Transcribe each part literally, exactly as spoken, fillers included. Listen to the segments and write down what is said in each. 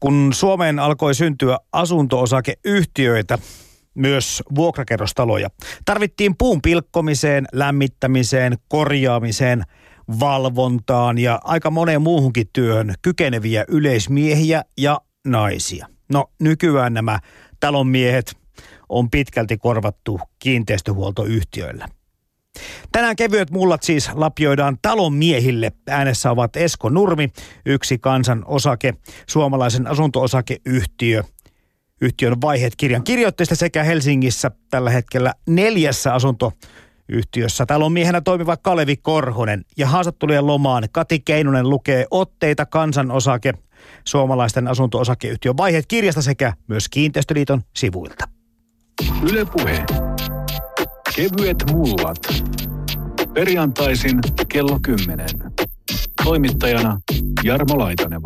Kun Suomeen alkoi syntyä asunto-osakeyhtiöitä, myös vuokrakerrostaloja, tarvittiin puun pilkkomiseen, lämmittämiseen, korjaamiseen, valvontaan ja aika moneen muuhunkin työhön kykeneviä yleismiehiä ja naisia. No nykyään nämä talonmiehet on pitkälti korvattu kiinteistöhuoltoyhtiöillä. Tänään kevyet mullat siis lapioidaan talonmiehille. Äänessä ovat Esko Nurmi, yksi kansan osake, suomalaisen asunto-osakeyhtiö. Yhtiön vaiheet -kirjan kirjoitteista sekä Helsingissä tällä hetkellä neljässä asuntoyhtiössä talonmiehenä toimiva Kalevi Korhonen. Ja haastattelujen lomaan Kati Keinonen lukee otteita kansan osake, suomalaisten asunto-osakeyhtiön vaiheet -kirjasta sekä myös Kiinteistöliiton sivuilta. Yle Puhe. Kevyet mullat. Perjantaisin kello kymmenen. Toimittajana Jarmo Laitaneva.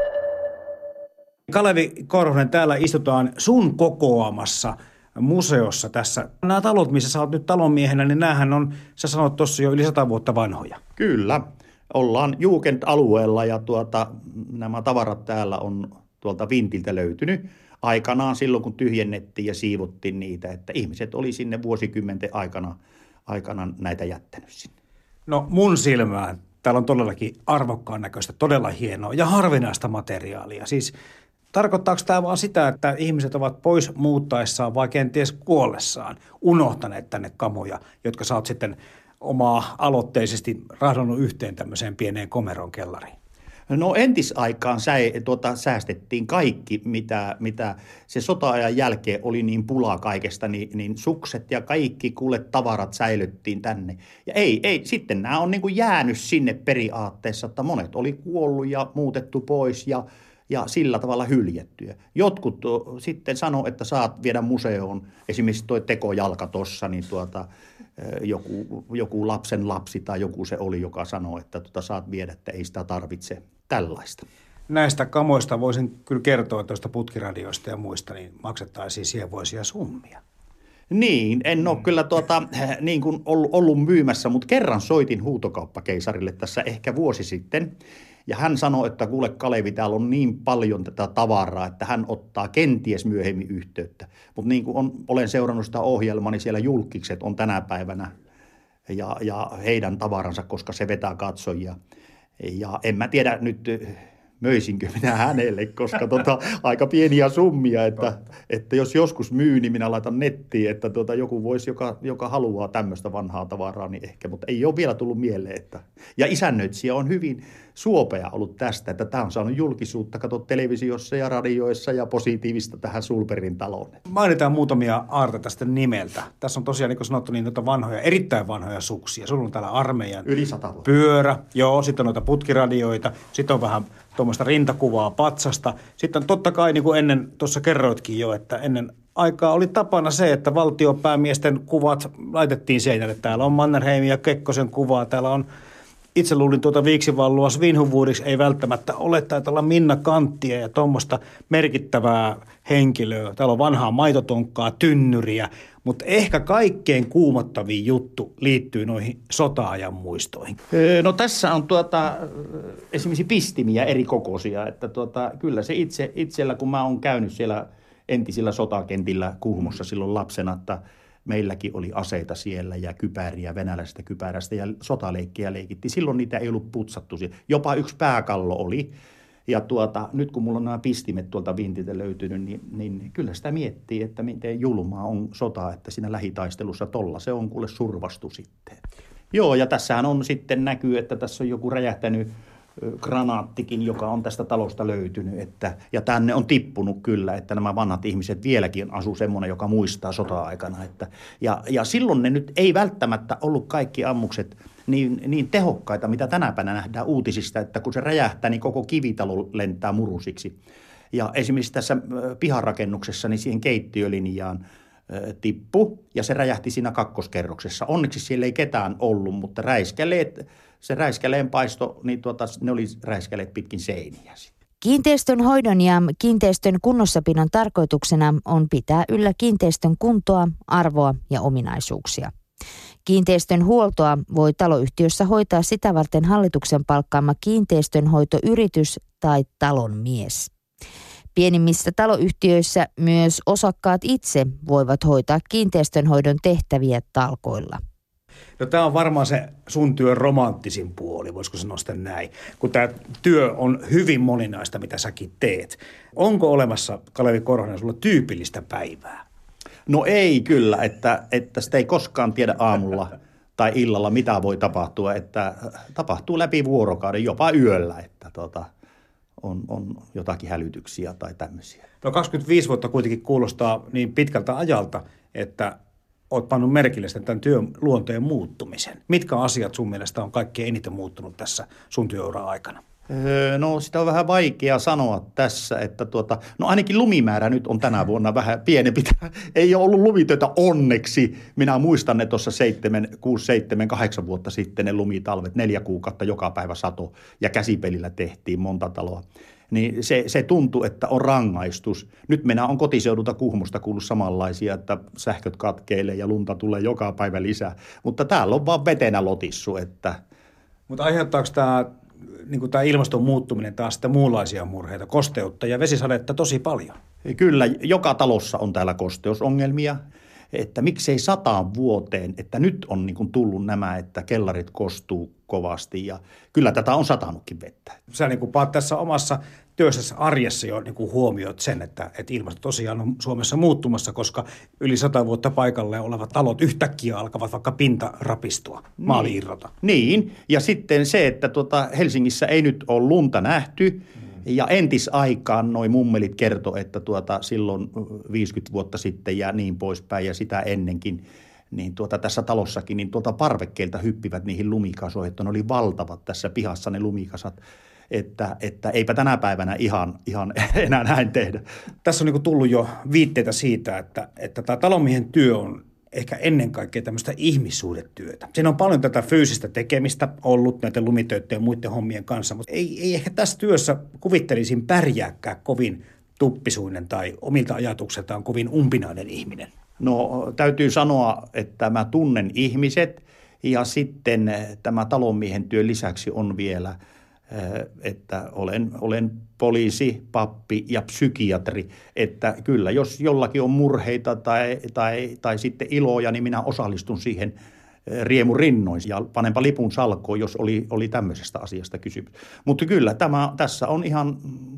Kalevi Korhonen, täällä istutaan sun kokoamassa museossa tässä. Nämä talot, missä sä oot nyt talonmiehenä, niin näähän on, sä sanot tuossa jo yli sata vuotta vanhoja. Kyllä. Ollaan Juukent-alueella ja tuota, nämä tavarat täällä on tuolta Vintiltä löytynyt aikanaan silloin, kun tyhjennettiin ja siivottiin niitä, että ihmiset oli sinne vuosikymmenten aikana, aikana näitä jättänyt sinne. No mun silmään täällä on todellakin arvokkaan näköistä, todella hienoa ja harvinaista materiaalia. Siis tarkoittaako tämä vaan sitä, että ihmiset ovat pois muuttaessaan vai kenties kuollessaan unohtaneet tänne kamoja, jotka sä oot sitten omaa aloitteisesti rahdonnut yhteen tämmöiseen pieneen komeron kellariin? No entisaikaan sä, tuota, säästettiin kaikki, mitä, mitä se sota-ajan jälkeen oli niin pulaa kaikesta, niin, niin sukset ja kaikki kuule tavarat säilyttiin tänne. Ja ei, ei sitten nämä on niin kuin jäänyt sinne periaatteessa, että monet oli kuollut ja muutettu pois ja, ja sillä tavalla hyljettyjä. Jotkut sitten sanoo, että saat viedä museoon, esimerkiksi tuo tekojalka tuossa, niin tuota, joku, joku lapsen lapsi tai joku se oli, joka sanoo, että tuota, saat viedä, että ei sitä tarvitse. Tällaista. Näistä kamoista voisin kyllä kertoa tuosta putkiradioista ja muista, niin maksettaisiin sievoisia summia. Niin, en ole mm. kyllä tuota, niin kuin ollut, ollut myymässä, mutta kerran soitin huutokauppakeisarille tässä ehkä vuosi sitten. Ja hän sanoi, että kuule Kalevi, täällä on niin paljon tätä tavaraa, että hän ottaa kenties myöhemmin yhteyttä. Mutta niin kuin on, olen seurannut sitä ohjelmaa, niin siellä julkikset on tänä päivänä ja, ja heidän tavaransa, koska se vetää katsojia. Ja en mä tiedä nyt, möisinkö minä hänelle, koska tota, aika pieniä summia, että, että jos joskus myy, niin minä laitan nettiin, että tota, joku voisi, joka, joka haluaa tämmöistä vanhaa tavaraa, niin ehkä, mutta ei ole vielä tullut mieleen. Että. Ja isännöitsijä on hyvin suopea ollut tästä, että tämä on saanut julkisuutta, kato televisiossa ja radioissa ja positiivista tähän Sulperin taloon. Mainitaan muutamia aarteita tästä nimeltä. Tässä on tosiaan, niin kuin sanottu, niin noita vanhoja, erittäin vanhoja suksia. Sulla on täällä armeijan yli sata vuotta. Pyörä, joo, sitten on noita putkiradioita, sitten on vähän tuommoista rintakuvaa patsasta. Sitten totta kai, niin kuin ennen tuossa kerroitkin jo, että ennen aikaa oli tapana se, että valtiopäämiesten kuvat laitettiin seinälle. Täällä on Mannerheimin ja Kekkosen kuvaa, täällä on, itse luulin tuota Viiksivallua Svinhufvudiksi, ei välttämättä ole, taitaa olla Minna Kanttia ja tuommoista merkittävää henkilöä. Täällä on vanhaa maitotonkkaa, tynnyriä, mutta ehkä kaikkein kuumottavin juttu liittyy noihin sota-ajan muistoihin. No tässä on tuota, esimerkiksi pistimiä eri kokoisia, että tuota, kyllä se itse, itsellä, kun mä oon käynyt siellä entisillä sotakentillä Kuhmossa silloin lapsena, että meilläkin oli aseita siellä ja kypäriä venäläisestä kypärästä ja sotaleikkiä leikittiin. Silloin niitä ei ollut putsattu. Jopa yksi pääkallo oli. Ja tuota, nyt kun mulla on nämä pistimet tuolta Vintiltä löytynyt, niin, niin kyllä sitä miettii, että miten julmaa on sota, että siinä lähitaistelussa tolla se on kuule survastu sitten. Joo, ja tässähän on sitten näkyy, että tässä on joku räjähtänyt granaattikin, joka on tästä talosta löytynyt. Että, ja tänne on tippunut kyllä, että nämä vanhat ihmiset vieläkin asuu semmoinen, joka muistaa sota-aikana. Että, ja, ja silloin ne nyt ei välttämättä ollut kaikki ammukset niin, niin tehokkaita, mitä tänä päivänä nähdään uutisista, että kun se räjähtää, niin koko kivitalo lentää murusiksi. Ja esimerkiksi tässä piharakennuksessa, niin siihen keittiölinjaan tippu ja se räjähti siinä kakkoskerroksessa. Onneksi siellä ei ketään ollut, mutta räiskäleet, se räiskäleen paisto, niin tuota, ne oli räiskäleet pitkin seiniä. Kiinteistön hoidon ja kiinteistön kunnossapidon tarkoituksena on pitää yllä kiinteistön kuntoa, arvoa ja ominaisuuksia. Kiinteistön huoltoa voi taloyhtiössä hoitaa sitä varten hallituksen palkkaama kiinteistönhoitoyritys tai talonmies. Pienimmissä taloyhtiöissä myös osakkaat itse voivat hoitaa kiinteistönhoidon tehtäviä talkoilla. No tämä on varmaan se sun työn romanttisin puoli, voisiko sanoa sitä näin, kun tämä työ on hyvin moninaista, mitä säkin teet. Onko olemassa, Kalevi Korhonen, sulla tyypillistä päivää? No ei kyllä, että, että sitä ei koskaan tiedä aamulla tai illalla, mitä voi tapahtua, että tapahtuu läpi vuorokauden, jopa yöllä, että tota, on, on jotakin hälytyksiä tai tämmöisiä. No kaksikymmentäviisi vuotta kuitenkin kuulostaa niin pitkältä ajalta, että olet pannut merkille tämän työn luonteen muuttumisen. Mitkä asiat sun mielestä on kaikkein eniten muuttunut tässä sun työuran aikana? Öö, no sitä on vähän vaikea sanoa tässä, että tuota, no ainakin lumimäärä nyt on tänä vuonna vähän pienempi. Ei ole ollut lumitöitä onneksi. Minä muistan ne tuossa seitsemän, kuusi, seitsemän, kahdeksan vuotta sitten ne lumitalvet, neljä kuukautta joka päivä sato ja käsipelillä tehtiin monta taloa. Niin se, se tuntuu, että on rangaistus. Nyt minä on kotiseudulta Kuhmosta kuullut samanlaisia, että sähköt katkeilee ja lunta tulee joka päivä lisää. Mutta täällä on vaan vetenä lotissu. Että... Mutta aiheuttaako tämä, niin kuin tämä ilmaston muuttuminen taas sitten muunlaisia murheita, kosteutta ja vesisadetta tosi paljon? Kyllä, joka talossa on täällä kosteusongelmia. Että miksei sataan vuoteen, että nyt on niin kuin tullut nämä, että kellarit kostuu kovasti ja kyllä tätä on satanutkin vettä. Sä niin kuin paat tässä omassa työssäsi arjessa jo niin kuin huomioit sen, että, että ilmasto tosiaan on Suomessa muuttumassa, koska yli sata vuotta paikalle olevat talot yhtäkkiä alkavat vaikka pinta rapistua, maali irrota. Niin, ja sitten se, että tuota Helsingissä ei nyt ole lunta nähty, ja entisaikaan noi mummelit kertoi, että tuota silloin viisikymmentä vuotta sitten ja niin poispäin ja sitä ennenkin, niin tuota tässä talossakin, niin tuolta parvekkeilta hyppivät niihin lumikasoihin, että ne oli valtavat tässä pihassa ne lumikasat, että, että eipä tänä päivänä ihan, ihan enää näin tehdä. Tässä on niin kuin tullut jo viitteitä siitä, että, että tämä talonmiehen työ on ehkä ennen kaikkea tämmöistä ihmissuhdetyötä. Siinä on paljon tätä fyysistä tekemistä ollut näiden lumitöiden ja muiden hommien kanssa, mutta ei, ei ehkä tässä työssä kuvittelisin pärjääkään kovin tuppisuinen tai omilta ajatukseltaan kovin umpinainen ihminen. No täytyy sanoa, että mä tunnen ihmiset ja sitten tämä talonmiehen työn lisäksi on vielä, että olen, olen poliisi, pappi ja psykiatri, että kyllä jos jollakin on murheita tai, tai, tai sitten iloja, niin minä osallistun siihen riemurinnoin ja panenpa lipun salkoon, jos oli, oli tämmöisestä asiasta kysymys. Mutta kyllä tämä, tässä on ihan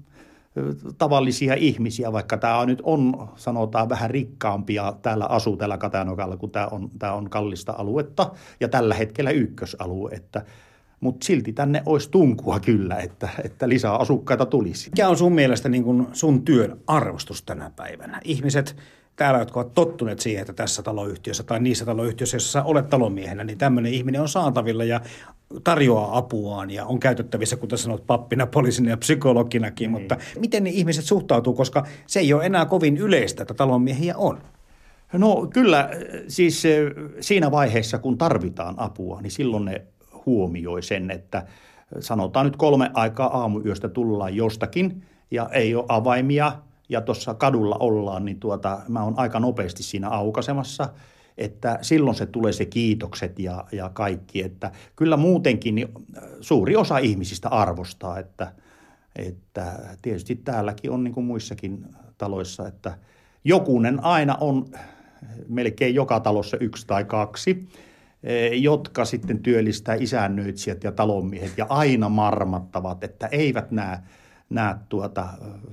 tavallisia ihmisiä, vaikka tämä nyt on, sanotaan, vähän rikkaampia täällä asuu täällä Katajanokaalla, kun tämä on, tämä on kallista aluetta ja tällä hetkellä ykkösalue, että mutta silti tänne olisi tunkua kyllä, että, että lisää asukkaita tulisi. Mikä on sun mielestä niin kun sun työn arvostus tänä päivänä? Ihmiset täällä, jotka ovat tottuneet siihen, että tässä taloyhtiössä tai niissä taloyhtiöissä, joissa sä olet talonmiehenä, niin tämmöinen ihminen on saatavilla ja tarjoaa apuaan ja on käytettävissä, kuten sanot, pappina, poliisina ja psykologinakin. Mm. Mutta miten ne ihmiset suhtautuu, koska se ei ole enää kovin yleistä, että talonmiehiä on? No kyllä, siis siinä vaiheessa, kun tarvitaan apua, niin silloin ne huomioi sen, että sanotaan nyt kolme aikaa aamuyöstä tullaan jostakin ja ei ole avaimia ja tuossa kadulla ollaan, niin tuota, mä oon aika nopeasti siinä aukaisemassa, että silloin se tulee se kiitokset ja, ja kaikki, että kyllä muutenkin niin suuri osa ihmisistä arvostaa, että, että tietysti täälläkin on niin kuin muissakin taloissa, että jokunen aina on melkein joka talossa yksi tai kaksi, jotka sitten työllistää isännöitsijät ja talonmiehet ja aina marmattavat, että eivät näe, näe tuota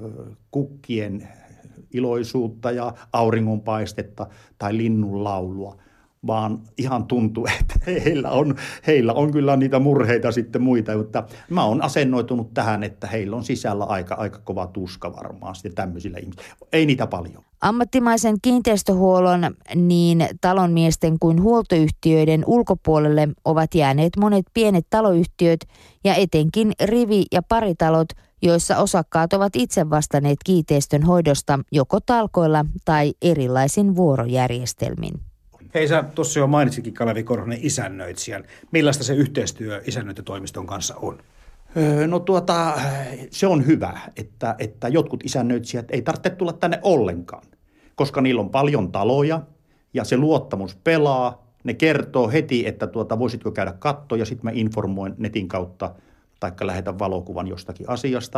kukkien iloisuutta ja auringonpaistetta tai linnun laulua, vaan ihan tuntuu, että heillä on, heillä on kyllä niitä murheita sitten muita, mutta mä oon asennoitunut tähän, että heillä on sisällä aika, aika kova tuska varmaan sitten tämmöisillä ihmisillä. Ei niitä paljon. Ammattimaisen kiinteistöhuollon niin talonmiesten kuin huoltoyhtiöiden ulkopuolelle ovat jääneet monet pienet taloyhtiöt ja etenkin rivi- ja paritalot, joissa osakkaat ovat itse vastanneet kiinteistön hoidosta joko talkoilla tai erilaisin vuorojärjestelmin. Hei, sä tuossa jo mainitsikin, Kalevi Korhonen, isännöitsijän. Millaista se yhteistyö isännöintitoimiston kanssa on? No tuota, se on hyvä, että, että jotkut isännöitsijät ei tarvitse tulla tänne ollenkaan, koska niillä on paljon taloja ja se luottamus pelaa. Ne kertoo heti, että tuota, voisitko käydä katsoa ja sitten mä informoin netin kautta taikka lähetän valokuvan jostakin asiasta.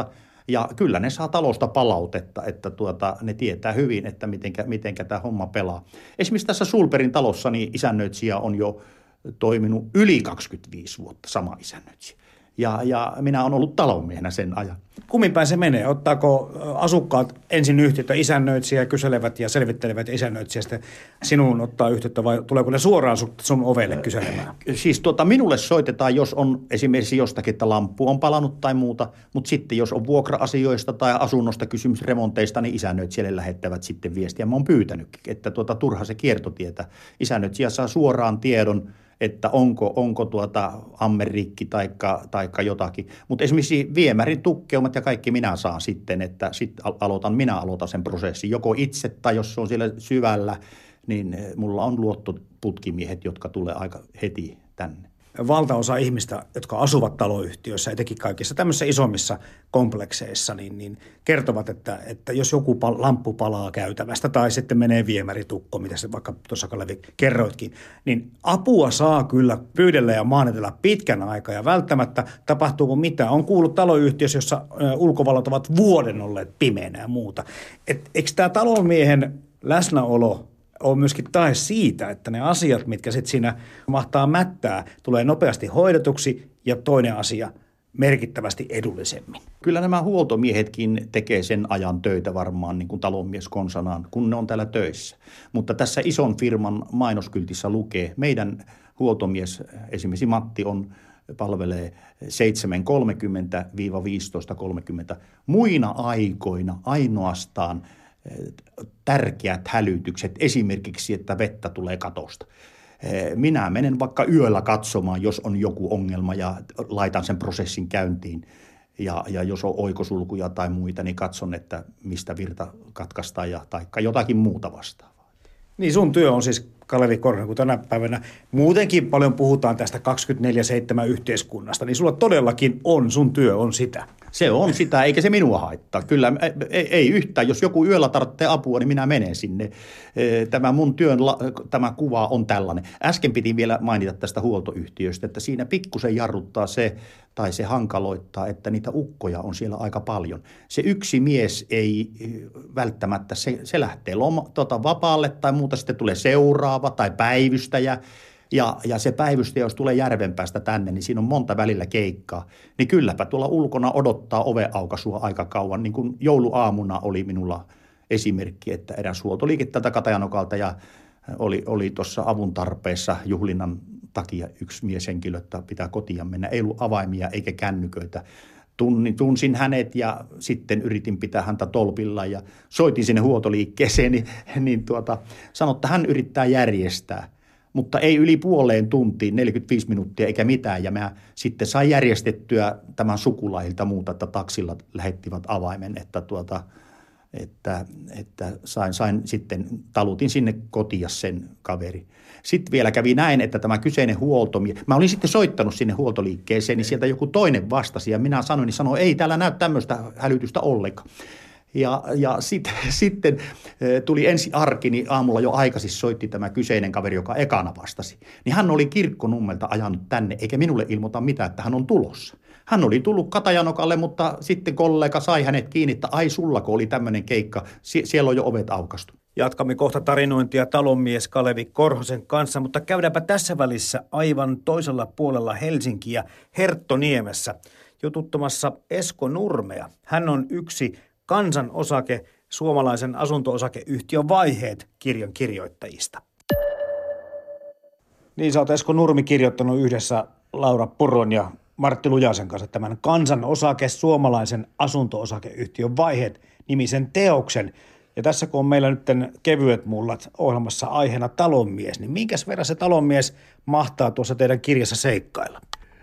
Ja kyllä ne saa talosta palautetta, että tuota, ne tietää hyvin, että mitenkä, mitenkä tämä homma pelaa. Esimerkiksi tässä Sulperin talossa niin isännöitsijä on jo toiminut yli kaksikymmentäviisi vuotta, sama isännöitsijä. Ja, ja minä olen ollut talonmiehenä sen ajan. Kummin päin se menee? Ottaako asukkaat ensin yhteyttä isännöitsijä, kyselevät ja selvittelevät ja isännöitsijä sitten sinuun ottaa yhteyttä vai tuleeko ne suoraan sun ovelle kyselemään? Siis tuota, minulle soitetaan, jos on esimerkiksi jostakin, että lamppu on palannut tai muuta, mutta sitten jos on vuokra-asioista tai asunnosta kysymys remonteista, niin isännöitsijälle lähettävät sitten viestiä. Mä oon pyytänytkin, että tuota, turha se kiertotietä. Isännöitsijä saa suoraan tiedon, että onko, onko tuota ammerikki taikka, taikka jotakin. Mutta esimerkiksi viemärin tukkeumat ja kaikki minä saan sitten, että sitten aloitan, minä aloitan sen prosessin. Joko itse tai jos se on siellä syvällä, niin mulla on luottoputkimiehet, jotka tulee aika heti tänne. Valtaosa ihmistä, jotka asuvat taloyhtiöissä, etenkin kaikissa tämmöisissä isommissa komplekseissa, niin, niin kertovat, että, että jos joku pal- lamppu palaa käytävästä tai sitten menee viemäritukko, mitä se vaikka tuossa Kalevi kerroitkin, niin apua saa kyllä pyydellä ja maanitella pitkän aikaa ja välttämättä tapahtuuko mitään. On kuullut taloyhtiössä, jossa ulkovalot ovat vuoden olleet pimeänä ja muuta. Et, eikö tämä talonmiehen läsnäolo on myöskin tae siitä, että ne asiat, mitkä sitten siinä mahtaa mättää, tulee nopeasti hoidetuksi ja toinen asia merkittävästi edullisemmin. Kyllä nämä huoltomiehetkin tekee sen ajan töitä varmaan niin kuin talonmies konsanaan, kun ne on täällä töissä. Mutta tässä ison firman mainoskyltissä lukee, meidän huoltomies, esimerkiksi Matti, on palvelee seitsemän kolmekymmentä viisitoista kolmekymmentä. Muina aikoina ainoastaan tärkeät hälytykset, esimerkiksi, että vettä tulee katosta. Minä menen vaikka yöllä katsomaan, jos on joku ongelma ja laitan sen prosessin käyntiin. Ja, ja jos on oikosulkuja tai muita, niin katson, että mistä virta katkaistaan ja taikka jotakin muuta vastaavaa. Niin sun työ on siis, Kalevi Korhonen, kun tänä päivänä muutenkin paljon puhutaan tästä kaksikymmentäneljä seitsemän yhteiskunnasta, niin sulla todellakin on, sun työ on sitä. Se on sitä, eikä se minua haittaa. Kyllä ei, ei yhtään. Jos joku yöllä tarvitsee apua, niin minä menen sinne. Tämä mun työn tämä kuva on tällainen. Äsken piti vielä mainita tästä huoltoyhtiöstä, että siinä pikkusen jarruttaa se tai se hankaloittaa, että niitä ukkoja on siellä aika paljon. Se yksi mies ei välttämättä, se, se lähtee loma, tota, vapaalle tai muuta, sitten tulee seuraava tai päivystäjä. Ja, ja se päivystäjä, jos tulee Järvenpäästä tänne, niin siinä on monta välillä keikkaa. Niin kylläpä tuolla ulkona odottaa oveaukaisua aika kauan. Niin kuin jouluaamuna oli minulla esimerkki, että eräs huoltoliike tältä Katajanokalta ja oli, oli tuossa avun tarpeessa juhlinnan takia yksi mieshenkilö, että pitää kotiin mennä. Ei ollut avaimia eikä kännyköitä. Tunsin hänet ja sitten yritin pitää häntä tolpilla ja soitin sinne huoltoliikkeeseen, niin, niin tuota, sanoin, että hän yrittää järjestää. Mutta ei yli puoleen tuntiin, neljäkymmentäviisi minuuttia eikä mitään. Ja mä sitten sain järjestettyä tämän sukulailta muuta, että taksilla lähettivät avaimen, että, tuota, että, että sain, sain sitten, talutin sinne kotia sen kaveri. Sitten vielä kävi näin, että tämä kyseinen huoltomies, mä olin sitten soittanut sinne huoltoliikkeeseen, niin sieltä joku toinen vastasi ja minä sanoin, niin sanoi, ei täällä näy tämmöistä hälytystä ollenkaan. Ja, ja sit, sitten tuli ensi arki, niin aamulla jo aikaisin soitti tämä kyseinen kaveri, joka ekana vastasi. Niin hän oli Kirkkonummelta ajanut tänne, eikä minulle ilmoita mitään, että hän on tulossa. Hän oli tullut Katajanokalle, mutta sitten kollega sai hänet kiinni, että ai sullako oli tämmöinen keikka, Sie- siellä on jo ovet aukaistu. Jatkamme kohta tarinointia talonmies Kalevi Korhosen kanssa, mutta käydäänpä tässä välissä aivan toisella puolella Helsinkiä Herttoniemessä jututtamassa Esko Nurmea. Hän on yksi Kansan osake, suomalaisen asunto-osakeyhtiön Vaiheet -kirjan kirjoittajista. Niin sä oot Esko Nurmi kirjoittanut yhdessä Laura Puron ja Martti Lujasen kanssa tämän Kansan osake, suomalaisen asunto-osakeyhtiön Vaiheet -nimisen teoksen. Ja tässä kun on meillä nyt kevyet mullat ohjelmassa aiheena talonmies, niin minkäs verran se talonmies mahtaa tuossa teidän kirjassa seikkailla?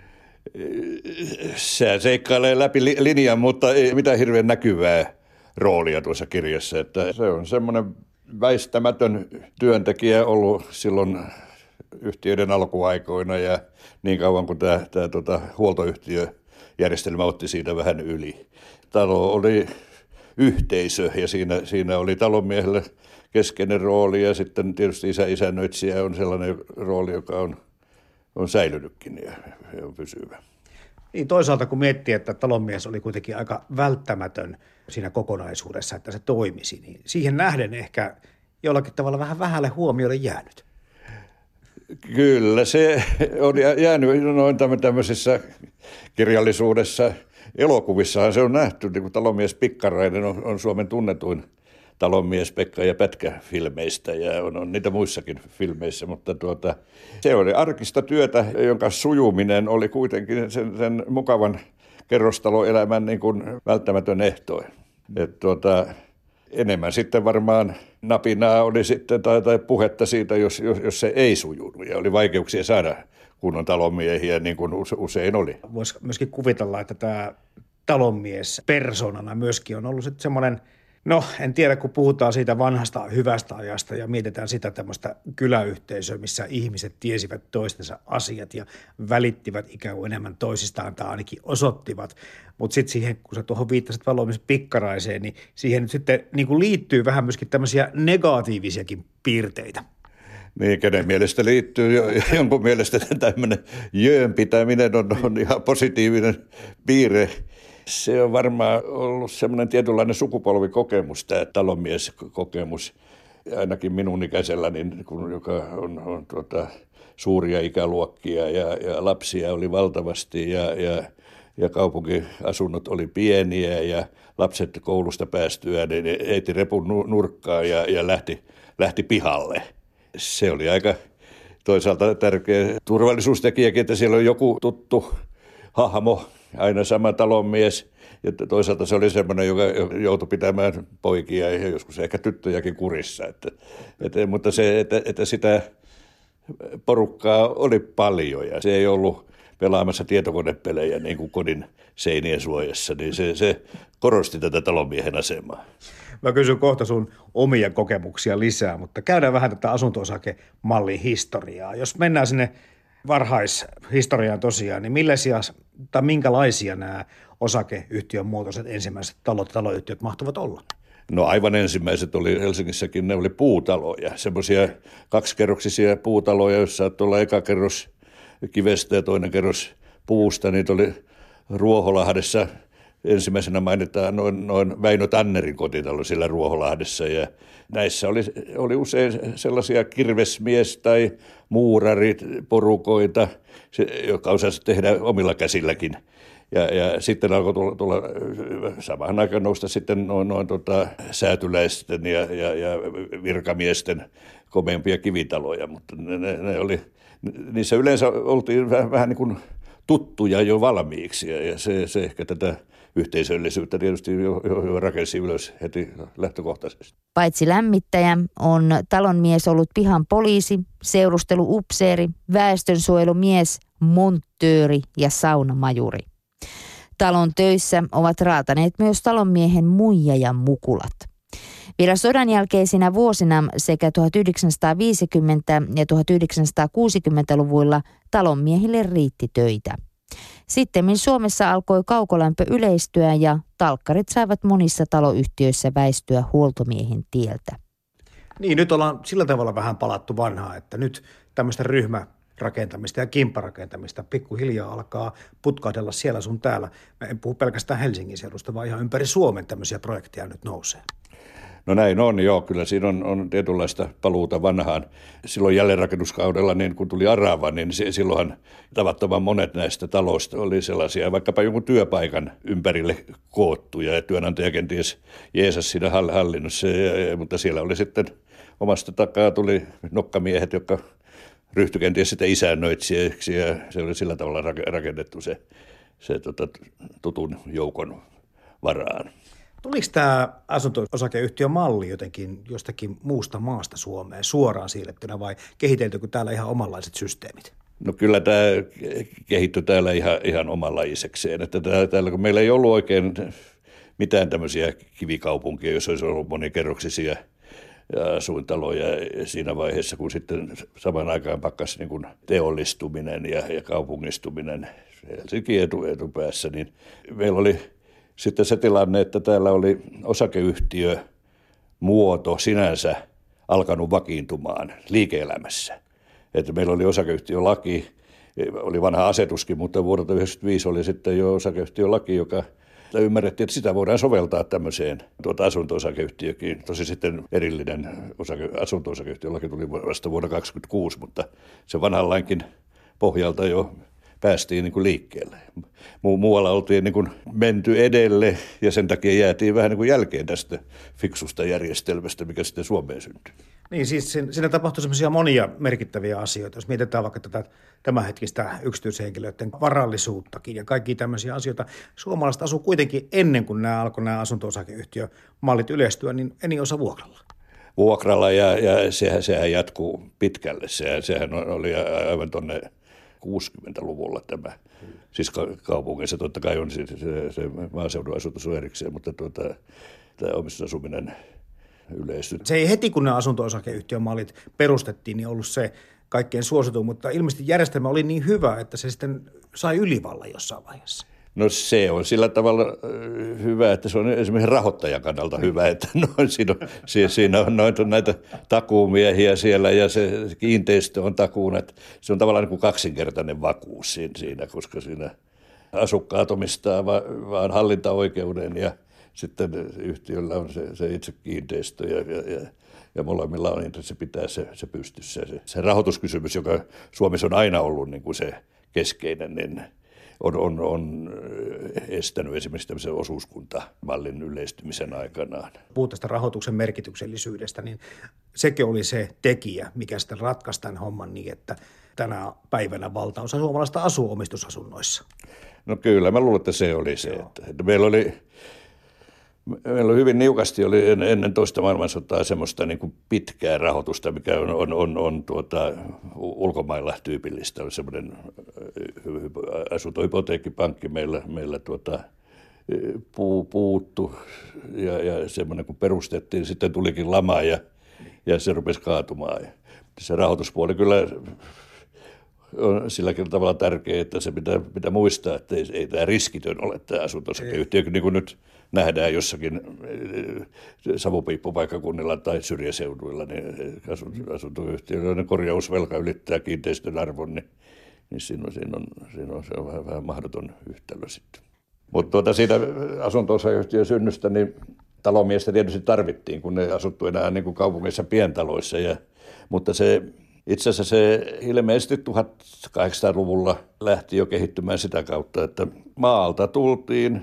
Se seikkailee läpi linjan, mutta ei mitään hirveän näkyvää roolia tuossa kirjassa. Että se on semmoinen väistämätön työntekijä ollut silloin yhtiöiden alkuaikoina ja niin kauan kuin tämä, tämä tuota, huoltoyhtiöjärjestelmä otti siitä vähän yli. Talo oli yhteisö ja siinä, siinä oli talonmiehelle keskeinen rooli ja sitten tietysti isä isännöitsijä on sellainen rooli, joka on, on säilynytkin ja on pysyvä. Niin toisaalta kun miettii, että talonmies oli kuitenkin aika välttämätön siinä kokonaisuudessa, että se toimisi, niin siihen nähden ehkä jollakin tavalla vähän vähälle huomiolle jäänyt. Kyllä, se on jäänyt noin tämmöisessä kirjallisuudessa. Elokuvissahan se on nähty, niin kuin talonmies Pikkarainen on, on Suomen tunnetuin talonmies Pekka ja Pätkä-filmeistä ja on, on niitä muissakin filmeissä, mutta tuota, se oli arkista työtä, jonka sujuminen oli kuitenkin sen, sen mukavan kerrostaloelämän niin kuin välttämätön ehto. Et tuota, enemmän sitten varmaan napinaa oli sitten tai, tai puhetta siitä, jos, jos, jos se ei sujunut ja oli vaikeuksia saada kunnon talonmiehiä, niin kuin usein oli. Voisi myöskin kuvitella, että tämä talonmies persoonana myöskin on ollut sitten semmoinen, no en tiedä, kun puhutaan siitä vanhasta hyvästä ajasta ja mietitään sitä tämmöistä kyläyhteisöä, missä ihmiset tiesivät toistensa asiat ja välittivät ikään kuin enemmän toisistaan tai ainakin osoittivat. Mutta sitten siihen, kun sä tuohon viittasit talonmies Pikkaraiseen, niin siihen nyt sitten niin kuin liittyy vähän myöskin tämmöisiä negatiivisiakin piirteitä. Niin, kenen mielestä liittyy, jonkun mielestä tämmöinen jöön pitäminen on, on ihan positiivinen piirre. Se on varmaan ollut semmoinen tietynlainen sukupolvikokemus, tämä talonmieskokemus, ainakin minun ikäisellä, niin, kun, joka on, on tuota, suuria ikäluokkia ja, ja lapsia oli valtavasti ja, ja, ja kaupunkiasunnot oli pieniä ja lapset koulusta päästyä, niin eiti repun nurkkaan ja, ja lähti, lähti pihalle. Se oli aika toisaalta tärkeä turvallisuustekijäkin, että siellä on joku tuttu hahmo, aina sama talonmies. Ja toisaalta se oli semmoinen, joka joutui pitämään poikia ja joskus ehkä tyttöjäkin kurissa. Että, että, mutta se, että, että sitä porukkaa oli paljon ja se ei ollut pelaamassa tietokonepelejä niin kuin kodin seinien suojassa, niin se, se korosti tätä talonmiehen asemaa. Mä kysyn kohta sun omia kokemuksia lisää, mutta käydään vähän tätä asunto-osakemallin historiaa. Jos mennään sinne varhaishistoriaan tosiaan, niin millaisia tai minkälaisia nämä osakeyhtiön muotoiset ensimmäiset talot, taloyhtiöt mahtuvat olla? No aivan ensimmäiset oli Helsingissäkin, ne oli puutaloja, semmoisia kaksikerroksisia puutaloja, joissa saattoi olla eka kerros kivestä ja toinen kerros puusta. Niitä oli Ruoholahdessa, ensimmäisenä mainitaan noin, noin Väinö Tannerin kotitalo siellä Ruoholahdessa ja näissä oli, oli usein sellaisia kirvesmies- tai muurarit porukoita, jotka osasivat tehdä omilla käsilläkin. Ja, ja sitten alkoi tulla, tulla samaan aikaan nousta sitten noin, noin tota, säätyläisten ja, ja, ja virkamiesten komeampia kivitaloja, mutta ne, ne, ne oli, niissä yleensä oltiin vähän, vähän niin kuin tuttuja jo valmiiksi ja se, se ehkä tätä yhteisöllisyyttä tietysti jo, jo, jo rakensi ylös heti lähtökohtaisesti. Paitsi lämmittäjä on talonmies ollut pihan poliisi, seurusteluupseeri, väestönsuojelumies, monttööri ja saunamajuri. Talon töissä ovat raataneet myös talonmiehen muija ja mukulat. Vielä sodan jälkeisinä vuosina sekä tuhatyhdeksänsataaviisikymmentä- ja tuhatyhdeksänsataakuusikymmentäluvuilla talonmiehille riitti töitä. Sittemmin Suomessa alkoi kaukolämpö yleistyä ja talkkarit saivat monissa taloyhtiöissä väistyä huoltomiehen tieltä. Niin, nyt ollaan sillä tavalla vähän palattu vanhaa, että nyt tämmöistä ryhmärakentamista ja kimpparakentamista pikkuhiljaa alkaa putkahdella siellä sun täällä. Mä en puhu pelkästään Helsingin seudusta, vaan ihan ympäri Suomen tämmöisiä projekteja nyt nousee. No näin on, joo. Kyllä siinä on, on tietynlaista paluuta vanhaan. Silloin jälleenrakennuskaudella, niin kun tuli Arava, niin silloinhan tavattoman monet näistä taloista oli sellaisia, vaikkapa jonkun työpaikan ympärille koottuja, ja työnantaja kenties jeesas siinä hallinnossa, ja, mutta siellä oli sitten omasta takaa tuli nokkamiehet, jotka ryhtyi kenties sitten isännöitsijäksi, ja se oli sillä tavalla rakennettu se, se tota, tutun joukon varaan. Tuliko tämä asunto-osakeyhtiömalli jotenkin jostakin muusta maasta Suomeen suoraan siirrettynä vai kehiteltykö täällä ihan omanlaiset systeemit? No kyllä tämä kehittyi täällä ihan, ihan omanlaisekseen. Että täällä, kun meillä ei ollut oikein mitään tämmöisiä kivikaupunkia, jos olisi ollut monikerroksisia asuintaloja siinä vaiheessa, kun sitten samaan aikaan pakkasi niin kuin teollistuminen ja, ja kaupungistuminen Helsinki etu, etupäässä, niin meillä oli sitten se tilanne, että täällä oli osakeyhtiö muoto sinänsä alkanut vakiintumaan liike-elämässä. Että meillä oli osakeyhtiölaki oli vanha asetuskin, mutta vuodelta yhdeksänkymmentäviisi oli sitten jo osakeyhtiölaki, joka ymmärrettiin, että sitä voidaan soveltaa tämmöiseen tuota asunto-osakeyhtiökin. Tosi sitten erillinen osake, asunto-osakeyhtiölaki tuli vasta vuonna kaksikymmentäkuusi, mutta se vanhan lainkin pohjalta jo päästiin niin kuin liikkeelle. Mu- muualla oltiin niin kuin menty edelle ja sen takia jäätiin vähän niin kuin jälkeen tästä fiksusta järjestelmästä, mikä sitten Suomeen syntyi. Niin siis siinä tapahtui semmoisia monia merkittäviä asioita. Jos mietitään vaikka tätä tämänhetkistä yksityishenkilöiden varallisuuttakin ja kaikkia tämmöisiä asioita. Suomalaiset asuu kuitenkin ennen kuin nämä alkoi nämä asunto-osakeyhtiömallit yleistyä, niin eni osa vuokralla. Vuokralla ja, ja sehän, sehän jatkuu pitkälle. Sehän, sehän oli aivan tuonne kuusikymmentäluvulla tämä. Siis kaupungissa totta kai on se, se, se maaseudun asutus on erikseen, mutta tuota, tämä omistusasuminen yleistyi. Se ei heti, kun nämä asunto-osakeyhtiömallit perustettiin, niin ollut se kaikkein suosituin, mutta ilmeisesti järjestelmä oli niin hyvä, että se sitten sai ylivallan jossain vaiheessa. No se on sillä tavalla hyvä, että se on esimerkiksi rahoittajan kannalta hyvä, että noin, siinä, on, siinä on noita, näitä takuumiehiä siellä ja se kiinteistö on takuuna. Että se on tavallaan niin kuin kaksinkertainen vakuus siinä, koska siinä asukkaat omistaa vaan hallintaoikeuden ja sitten yhtiöllä on se, se itse kiinteistö ja, ja, ja, ja molemmilla on intressi pitää se, se pystyssä. Se, se rahoituskysymys, joka Suomessa on aina ollut niin kuin se keskeinen, niin On, on, on estänyt esimerkiksi tämmöisen osuuskuntamallin yleistymisen aikanaan. Puhutaan tästä rahoituksen merkityksellisyydestä, niin sekin oli se tekijä, mikä sitten ratkaisi tämän homman niin, että tänä päivänä valtaosa suomalaista asuu omistusasunnoissa. No kyllä, mä luulen, että se oli se. Että, että meillä oli... Meillä oli hyvin niukasti oli ennen toista maailmansotaa semmoista niin kuin pitkää rahoitusta, mikä on, on, on, on tuota, ulkomailla tyypillistä. Oli semmoinen asuntohypoteekkipankki meillä, meillä tuota, puu, puuttu ja, ja semmoinen kun perustettiin, sitten tulikin lama ja, ja se rupesi kaatumaan. Ja se rahoituspuoli kyllä on silläkin tavalla tärkeää, että se pitää, pitää muistaa, että ei, ei tämä riskitön ole tämä asunto-osakeyhtiö, niin kuin nyt nähdään jossakin savupiippupaikkakunnilla tai syrjäseuduilla, niin asuntoyhtiöiden korjausvelka ylittää kiinteistön arvon, niin, niin siinä, on, siinä, on, siinä on, se on vähän, vähän mahdoton yhtälö sitten. Mutta tuota siitä asunto-osakeyhtiön synnystä, niin talomiestä tietysti tarvittiin, kun ne asuttu enää niin kuin kaupungeissa pientaloissa, ja, mutta se itse asiassa se ilmeisesti tuhatkahdeksansataaluvulla lähti jo kehittymään sitä kautta, että maalta tultiin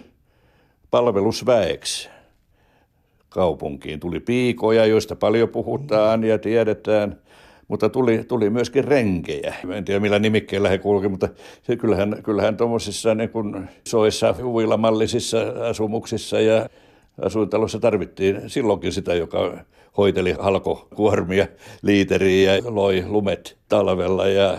palvelusväeksi kaupunkiin. Tuli piikoja, joista paljon puhutaan ja tiedetään, mutta tuli, tuli myöskin renkejä. En tiedä millä nimikkeellä he kulki, mutta se, kyllähän, kyllähän tuommoisissa niin kuin soissa, huvilamallisissa asumuksissa ja asuintalossa tarvittiin silloinkin sitä, joka hoiteli halkokuormia, liiteriä ja loi lumet talvella. Ja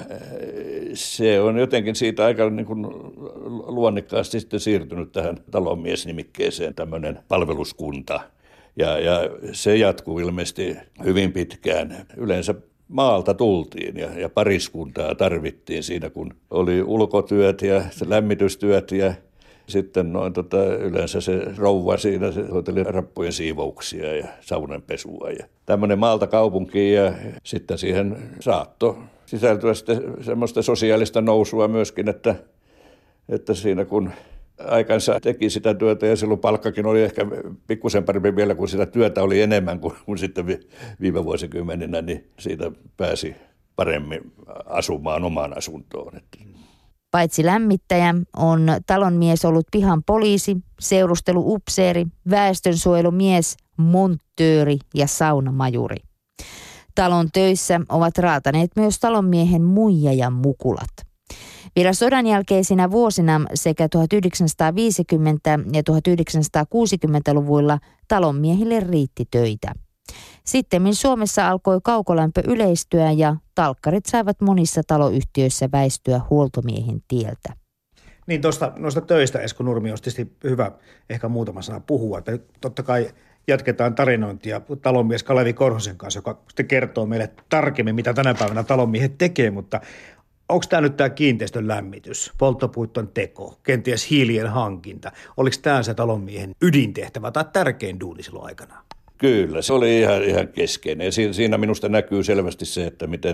se on jotenkin siitä aika niin kuin luonnikkaasti sitten siirtynyt tähän talonmiesnimikkeeseen, tämmöinen palveluskunta. Ja, ja se jatkuu ilmeisesti hyvin pitkään. Yleensä maalta tultiin ja, ja pariskuntaa tarvittiin siinä, kun oli ulkotyöt ja lämmitystyöt ja sitten noin tota, yleensä se rouva siinä se hoiteli rappujen siivouksia ja saunanpesua ja tämmöinen maalta kaupunkiin ja sitten siihen saatto sisältyä sitten semmoista sosiaalista nousua myöskin, että, että siinä kun aikansa teki sitä työtä ja silloin palkkakin oli ehkä pikkusen parempi vielä, kun sitä työtä oli enemmän kuin, kuin sitten viime vuosikymmeninä, niin siitä pääsi paremmin asumaan omaan asuntoon. Paitsi lämmittäjä on talonmies ollut pihan poliisi, seurusteluupseeri, väestönsuojelumies, monttööri ja saunamajuri. Talon töissä ovat raataneet myös talonmiehen muija ja mukulat. Vielä sodan jälkeisinä vuosina sekä tuhatyhdeksänsataaviisikymmentä- ja tuhatyhdeksänsataakuusikymmentäluvuilla talonmiehille riitti töitä. Sittemmin Suomessa alkoi kaukolämpö yleistyä ja talkkarit saivat monissa taloyhtiöissä väistyä huoltomiehen tieltä. Niin tuosta noista töistä, Esko Nurmi, olisi tietysti hyvä ehkä muutama sana puhua. Että totta kai jatketaan tarinointia talonmies Kalevi Korhosen kanssa, joka sitten kertoo meille tarkemmin, mitä tänä päivänä talonmiehet tekee, mutta onko tämä nyt tämä kiinteistön lämmitys, polttopuitton teko, kenties hiilien hankinta? Oliko tämä se talonmiehen ydintehtävä tai tärkein duuni silloin aikanaan? Kyllä, se oli ihan, ihan keskeinen ja siinä minusta näkyy selvästi se, että miten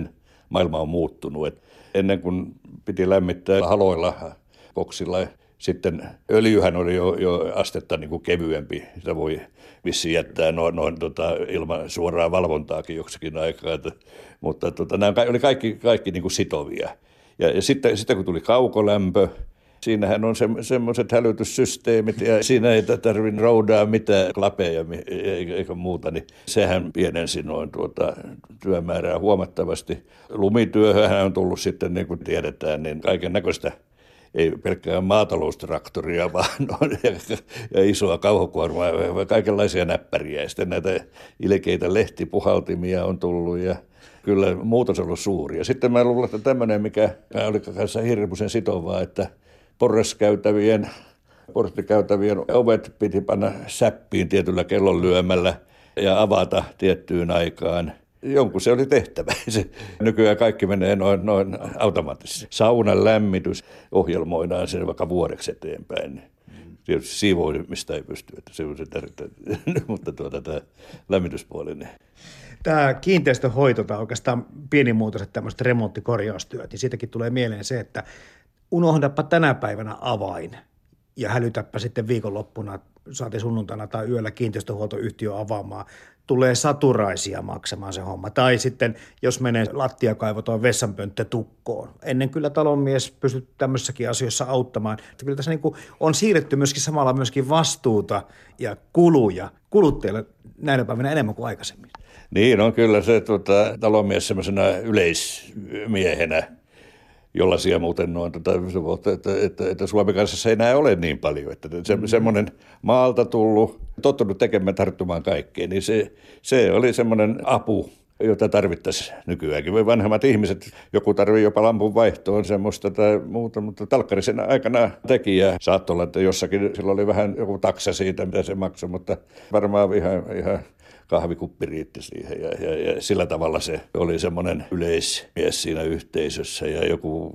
maailma on muuttunut. Et ennen kuin piti lämmittää haloilla, koksilla, sitten öljyhän oli jo, jo astetta niin kuin kevyempi. Sitä voi vissiin jättää noin, noin tota, ilman suoraa valvontaakin joksikin aikaa. Että, mutta tota, nämä oli kaikki, kaikki niin kuin sitovia. Ja, ja sitten, sitten kun tuli kaukolämpö, siinähän on se, semmoiset hälytyssysteemit ja siinä ei tarvitse roudaa mitään klapeja eikä muuta, niin sehän pienensi noin tuota työmäärää huomattavasti. Lumityöhön on tullut sitten, niin kuin tiedetään, niin kaiken näköistä, ei pelkkää maataloustraktoria, vaan on, ja, ja isoa kauhokuormaa, vaan kaikenlaisia näppäriä. Ja sitten näitä ilkeitä lehtipuhaltimia on tullut ja kyllä muutos on ollut suuri. Ja sitten mä luulen, että tämmöinen, mikä oli kanssa hirmuisen sitovaa, että porraskäytävien, porttikäytävien ovet piti panna säppiin tietyllä kellonlyömällä ja avata tiettyyn aikaan. Jonkun se oli tehtävä. Se, nykyään kaikki menee noin, noin automaattisesti. Saunan lämmitys ohjelmoidaan sen vaikka vuodeksi eteenpäin. Tietysti siivoimista ei pysty, että se on se tärkeää, mutta tuota, tämä lämmityspuoli. Niin. Tämä kiinteistöhoito tai oikeastaan pienimuotoiset tämmöiset remonttikorjaustyöt, niin siitäkin tulee mieleen se, että unohdapa tänä päivänä avain ja hälytäpä sitten viikonloppuna, saati sunnuntaina tai yöllä kiinteistöhuoltoyhtiö avaamaan, tulee saturaisia maksamaan se homma. Tai sitten, jos menee lattiakaivo tai vessanpönttö tukkoon. Ennen kyllä talonmies pystyy tämmöisessäkin asioissa auttamaan. Kyllä tässä niin kuin on siirretty myöskin samalla myöskin vastuuta ja kuluja kuluttajille näinä päivinä enemmän kuin aikaisemmin. Niin on kyllä se tuota, talonmies semmoisena yleismiehenä, jollaisia muuten noin, että, että, että, että Suomen kanssa ei enää ole niin paljon. Että se, mm-hmm. semmoinen maalta tullut, tottunut tekemään, tarttumaan kaikkeen, niin se, se oli semmoinen apu, jota tarvittaisiin nykyäänkin. Vanhemmat ihmiset, joku tarvii jopa lampun vaihtoon semmoista tai muuta, mutta talkkarisen aikana tekijä saattoi olla, että jossakin silloin oli vähän joku taksa siitä, mitä se maksoi, mutta varmaan ihan, ihan kahvikuppi riitti siihen ja, ja, ja sillä tavalla se oli semmoinen yleismies siinä yhteisössä ja joku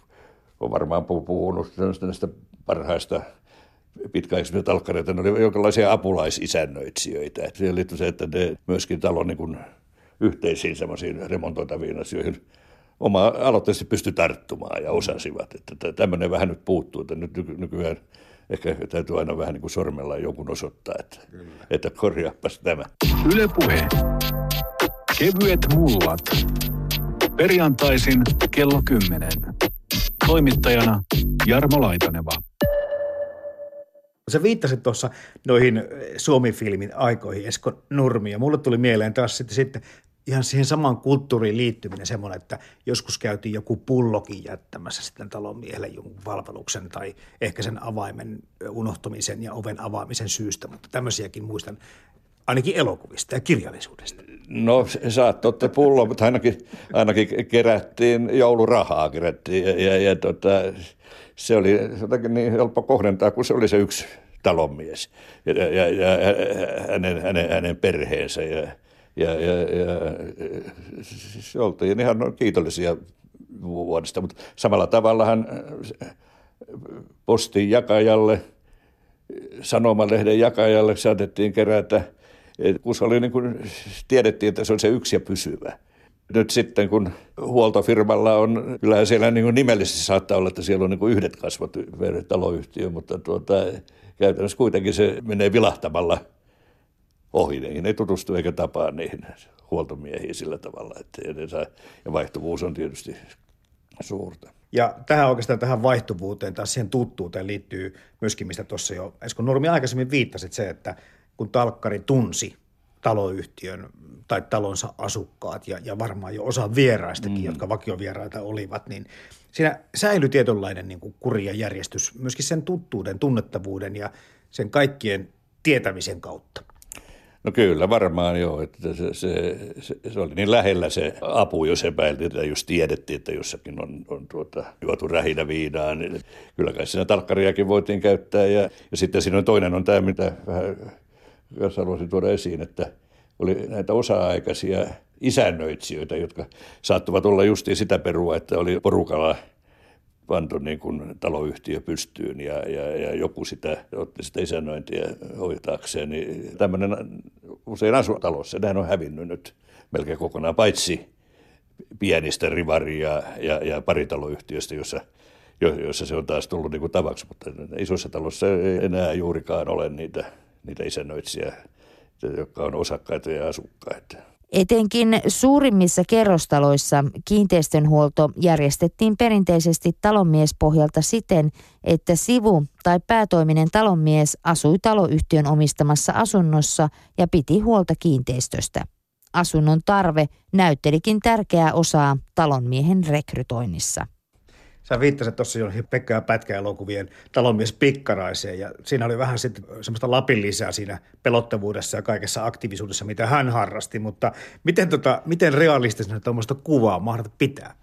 on varmaan puhunut näistä parhaista pitkäaikaisista talkkareita, ne oli jonkinlaisia apulaisisännöitsijöitä. Siihen liittyy se, että ne myöskin talon niin kuin yhteisiin semmoisiin remontoitaviin asioihin oma-aloitteisesti pystyi tarttumaan ja osasivat. Että tämmöinen vähän nyt puuttuu, että nyt nykyään ehkä täytyy aina vähän niin kuin sormella jonkun osoittaa, että, että korjaapas tämä. Yle Puhe. Kevyet mullat. Perjantaisin kello kymmenen. Toimittajana Jarmo Laitaneva. Sä viittasit tuossa noihin Suomi-filmin aikoihin, Esko Nurmi, ja mulle tuli mieleen taas sitten, sitten ihan siihen samaan kulttuuriin liittyminen semmoinen, että joskus käytiin joku pullokin jättämässä sitten talonmiehelle jonkun palveluksen tai ehkä sen avaimen unohtumisen ja oven avaamisen syystä, mutta tämmöisiäkin muistan ainakin elokuvista ja kirjallisuudesta. No saattoi ottaa pullo, mutta ainakin, ainakin kerättiin joulurahaa kerättiin ja, ja, ja tota, se oli jotenkin niin helppo kohdentaa, kun se oli se yksi talonmies ja, ja, ja hänen, hänen, hänen perheensä ja Ja, ja, ja se oltiin ihan kiitollisia vuodesta, mutta samalla tavallahan postin jakajalle, sanomalehden jakajalle saatettiin kerätä, kun se oli niin kuin, tiedettiin, että se on se yksi ja pysyvä. Nyt sitten kun huoltofirmalla on, kyllähän siellä niin kuin nimellisesti saattaa olla, että siellä on niin kuin yhdet kasvot per taloyhtiö, mutta tuota, käytännössä kuitenkin se menee vilahtamalla ohi, niihin ei tutustu eikä tapaa niihin huoltomiehiin sillä tavalla, että ne saa, ja vaihtuvuus on tietysti suurta. Ja tähän oikeastaan tähän vaihtuvuuteen tai siihen tuttuuteen liittyy myöskin, mistä tuossa jo Esko Nurmi aikaisemmin viittasit, se, että kun talkkari tunsi taloyhtiön tai talonsa asukkaat ja, ja varmaan jo osa vieraistakin, mm. jotka vakiovieraita olivat, niin siinä säilyi tietynlainen niin kuin kuri ja järjestys myöskin sen tuttuuden, tunnettavuuden ja sen kaikkien tietämisen kautta. No kyllä, varmaan joo. Että se, se, se, se oli niin lähellä se apu, jos epäiltiin, että jos tiedettiin, että jossakin on, on tuota, juotu rähinä viinaa, niin kyllä kai siinä talkkariakin voitiin käyttää. Ja, ja sitten siinä on toinen on tämä, mitä vähän jos haluaisin tuoda esiin, että oli näitä osa-aikaisia isännöitsijöitä, jotka saattuvat olla justiin sitä perua, että oli porukalla pantu niin kuin taloyhtiö pystyyn ja, ja, ja joku sitä otti sitä isännöintiä hoitaakseen. Niin tämmöinen usein asutalossa, nehän on hävinnyt nyt melkein kokonaan, paitsi pienistä rivari- ja, ja, ja paritaloyhtiöistä, jossa, jossa se on taas tullut niin kuin tavaksi. Mutta isossa talossa ei enää juurikaan ole niitä, niitä isännöitsijä, jotka on osakkaita ja asukkaita. Etenkin suurimmissa kerrostaloissa kiinteistönhuolto järjestettiin perinteisesti talonmiespohjalta siten, että sivu- tai päätoiminen talonmies asui taloyhtiön omistamassa asunnossa ja piti huolta kiinteistöstä. Asunnon tarve näyttelikin tärkeää osaa talonmiehen rekrytoinnissa. Sä viittasit tuossa jo Pekka ja Pätkä-elokuvien talonmies Pikkaraiseen, ja siinä oli vähän sitten semmoista Lapin lisää siinä pelottavuudessa ja kaikessa aktiivisuudessa, mitä hän harrasti, mutta miten, tota, miten realistisena tuommoista kuvaa mahdollista pitää?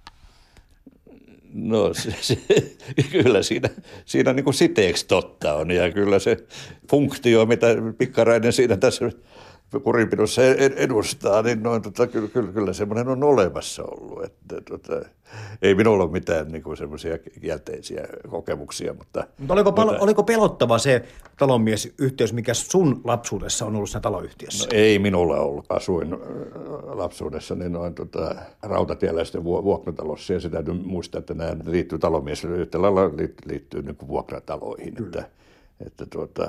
No se, se, kyllä siinä, siinä niin kuin siteeksi totta on, ja kyllä se funktio, mitä Pikkarainen siinä tässä kurinpidossa edustaa, niin noin, tota, kyllä, kyllä, kyllä semmoinen on olemassa ollut. Että, tota, ei minulla ole mitään niin kuin semmoisia kielteisiä kokemuksia. Mutta, mutta oliko, palo, mutta oliko pelottava se talonmiesyhteys, mikä sun lapsuudessa on ollut siinä taloyhtiössä? No, ei minulla ollut. Asuin lapsuudessa niin noin, tota, rautatieläisten vuokratalossa, ja se täytyy muistaa, että nämä liittyy talonmies yhtä lailla liittyy, liittyy niin kuin vuokrataloihin. Että, että, tuota,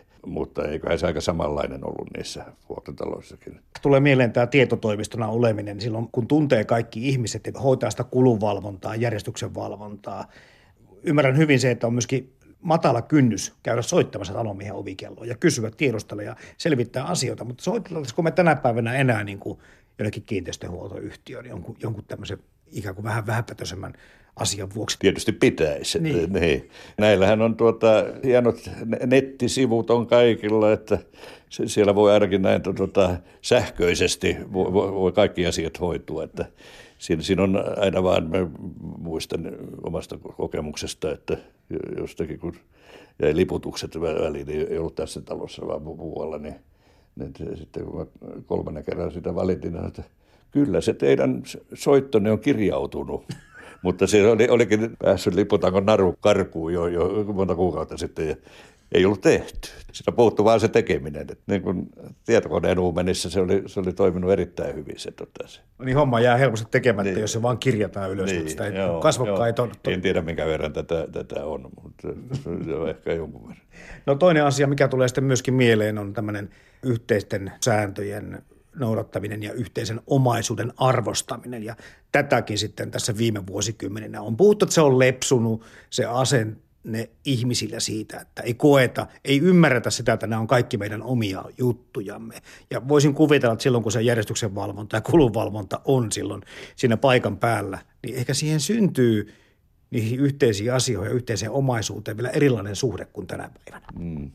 mutta eiköhän se aika samanlainen ollut niissä vuokrataloissakin. Tulee mieleen tämä tietotoimistona oleminen silloin, kun tuntee kaikki ihmiset ja hoitaa sitä kulunvalvontaa, järjestyksen valvontaa. Ymmärrän hyvin se, että on myöskin matala kynnys käydä soittamassa talonmiehen ovikelloon ja kysyä, tiedostella ja selvittää asioita. Mutta soitellaanko me tänä päivänä enää niin kuin jonnekin kiinteistönhuoltoyhtiöön jonkun, jonkun tämmöisen ikään kuin vähän vähäpätöisemmän asian vuoksi? Tietysti pitäisi. Niin. Niin. Näillähän on tuota, hienot nettisivut on kaikilla, että siellä voi ainakin näin tuota, sähköisesti voi, voi kaikki asiat hoitua. Että siinä, siinä on aina vaan, mä muistan omasta kokemuksesta, että jostakin kun jäi liputukset väliin, niin ei ollut tässä talossa vaan muualla, niin, niin sitten kun mä kolmannen kerran sitä valitin, niin että kyllä se teidän soittonne on kirjautunut. Mutta se oli, olikin päässyt liputangon naru karkuun jo, jo monta kuukautta sitten ja ei ollut tehty. Sitä puuttui vaan se tekeminen. Et niin kuin tietokoneen uumenissä se oli, se oli toiminut erittäin hyvin se totesi. Niin homma jää helposti tekemättä, niin. Jos se vaan kirjataan ylös. Niin, mutta sitä ei joo, kasvokkaan. joo. Ei to, to... En tiedä minkä verran tätä, tätä on, mutta se on ehkä jonkun verran. No toinen asia, mikä tulee sitten myöskin mieleen, on tämmöinen yhteisten sääntöjen noudattaminen ja yhteisen omaisuuden arvostaminen. Ja tätäkin sitten tässä viime vuosikymmeninä on puhuttu, että se on lepsunut se asenne ihmisillä siitä, että ei koeta, ei ymmärretä sitä, että nämä on kaikki meidän omia juttujamme. Ja voisin kuvitella, että silloin kun se järjestyksen valvonta ja kulunvalvonta on silloin siinä paikan päällä, niin ehkä siihen syntyy niihin yhteisiin asioihin ja yhteiseen omaisuuteen vielä erilainen suhde kuin tänä päivänä. Mm.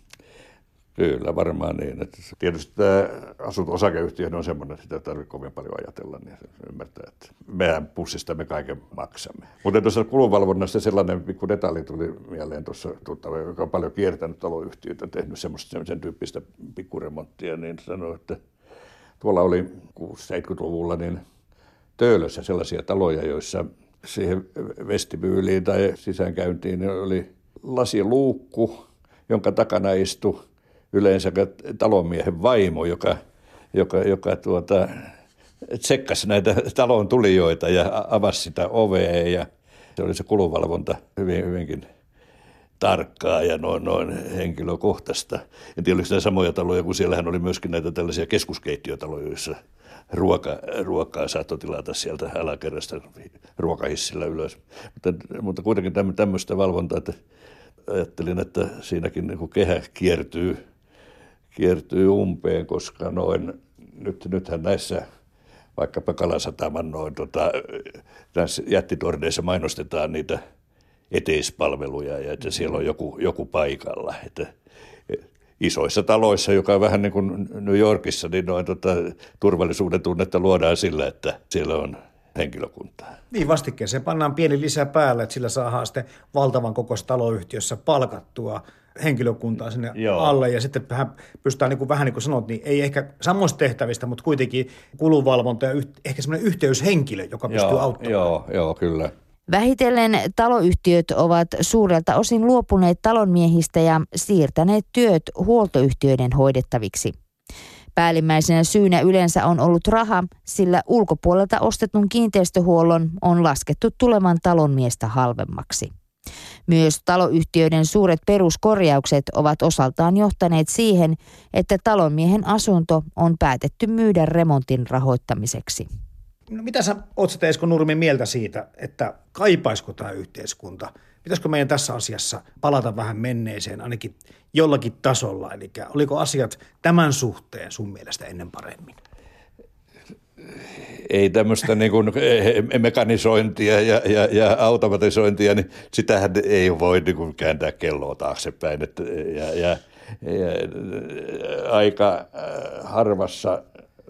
Kyllä, varmaan niin. Että tietysti tämä asunto-osakeyhtiö on semmoinen, että sitä ei tarvitse kovin paljon ajatella, niin ymmärtää, että meidän pussista me kaiken maksamme. Mutta tuossa kulunvalvonnassa sellainen pikku detalji tuli mieleen tuossa tuttava, joka on paljon kiertänyt taloyhtiöitä, tehnyt semmoista sen tyyppistä pikkuremonttia, niin sanoi, että tuolla oli kuusikymmentä-seitsemänkymmentäluvulla niin Töölössä sellaisia taloja, joissa siihen vestibyyliin tai sisäänkäyntiin niin oli lasiluukku, jonka takana istui yleensä talonmiehen vaimo, joka, joka, joka tuota, tsekkasi näitä talon tulijoita ja avasi sitä ovea, ja se oli se kulunvalvonta hyvin, hyvinkin tarkkaa ja noin, noin henkilökohtaista. En tiedä, oliko sitä samoja taloja, kun siellähän oli myöskin näitä tällaisia keskuskeittiötaloja, joissa ruoka, ruokaa saattoi tilata sieltä alakerrasta ruokahissillä ylös. Mutta, mutta kuitenkin tämmöistä valvontaa, että ajattelin, että siinäkin niin kuin kehä kiertyy, kiertyy umpeen, koska noin, nyt, nythän näissä vaikkapa Kalasataman noin, tota, näissä jättitorneissa mainostetaan niitä eteispalveluja ja että siellä on joku, joku paikalla. Että isoissa taloissa, joka on vähän niin kuin New Yorkissa, niin noin, tota, turvallisuuden tunnetta luodaan sillä, että siellä on henkilökuntaa. Niin, vastikkeeseen pannaan pieni lisä päälle, että sillä saadaan sitten valtavan kokoisessa taloyhtiössä palkattua henkilökuntaa sinne Joo. alle, ja sitten pystytään niin kuin, vähän niin kuin sanot, niin ei ehkä samoista tehtävistä, mutta kuitenkin kulunvalvonta ja yht, ehkä semmoinen yhteyshenkilö, joka pystyy Joo, auttamaan. Joo, joo, kyllä. Vähitellen taloyhtiöt ovat suurelta osin luopuneet talonmiehistä ja siirtäneet työt huoltoyhtiöiden hoidettaviksi. Päällimmäisenä syynä yleensä on ollut raha, sillä ulkopuolelta ostetun kiinteistöhuollon on laskettu tulevan talonmiestä halvemmaksi. Myös taloyhtiöiden suuret peruskorjaukset ovat osaltaan johtaneet siihen, että talonmiehen asunto on päätetty myydä remontin rahoittamiseksi. No mitä sä oot sitä, Esko Nurmi, mieltä siitä, että kaipaisiko tämä yhteiskunta? Pitäisikö meidän tässä asiassa palata vähän menneeseen ainakin jollakin tasolla? Eli oliko asiat tämän suhteen sun mielestä ennen paremmin? Ei tämmöistä niin kuin mekanisointia ja, ja, ja automatisointia, niin sitähän ei voi niin kuin kääntää kelloa taaksepäin. Että, ja, ja, ja aika harvassa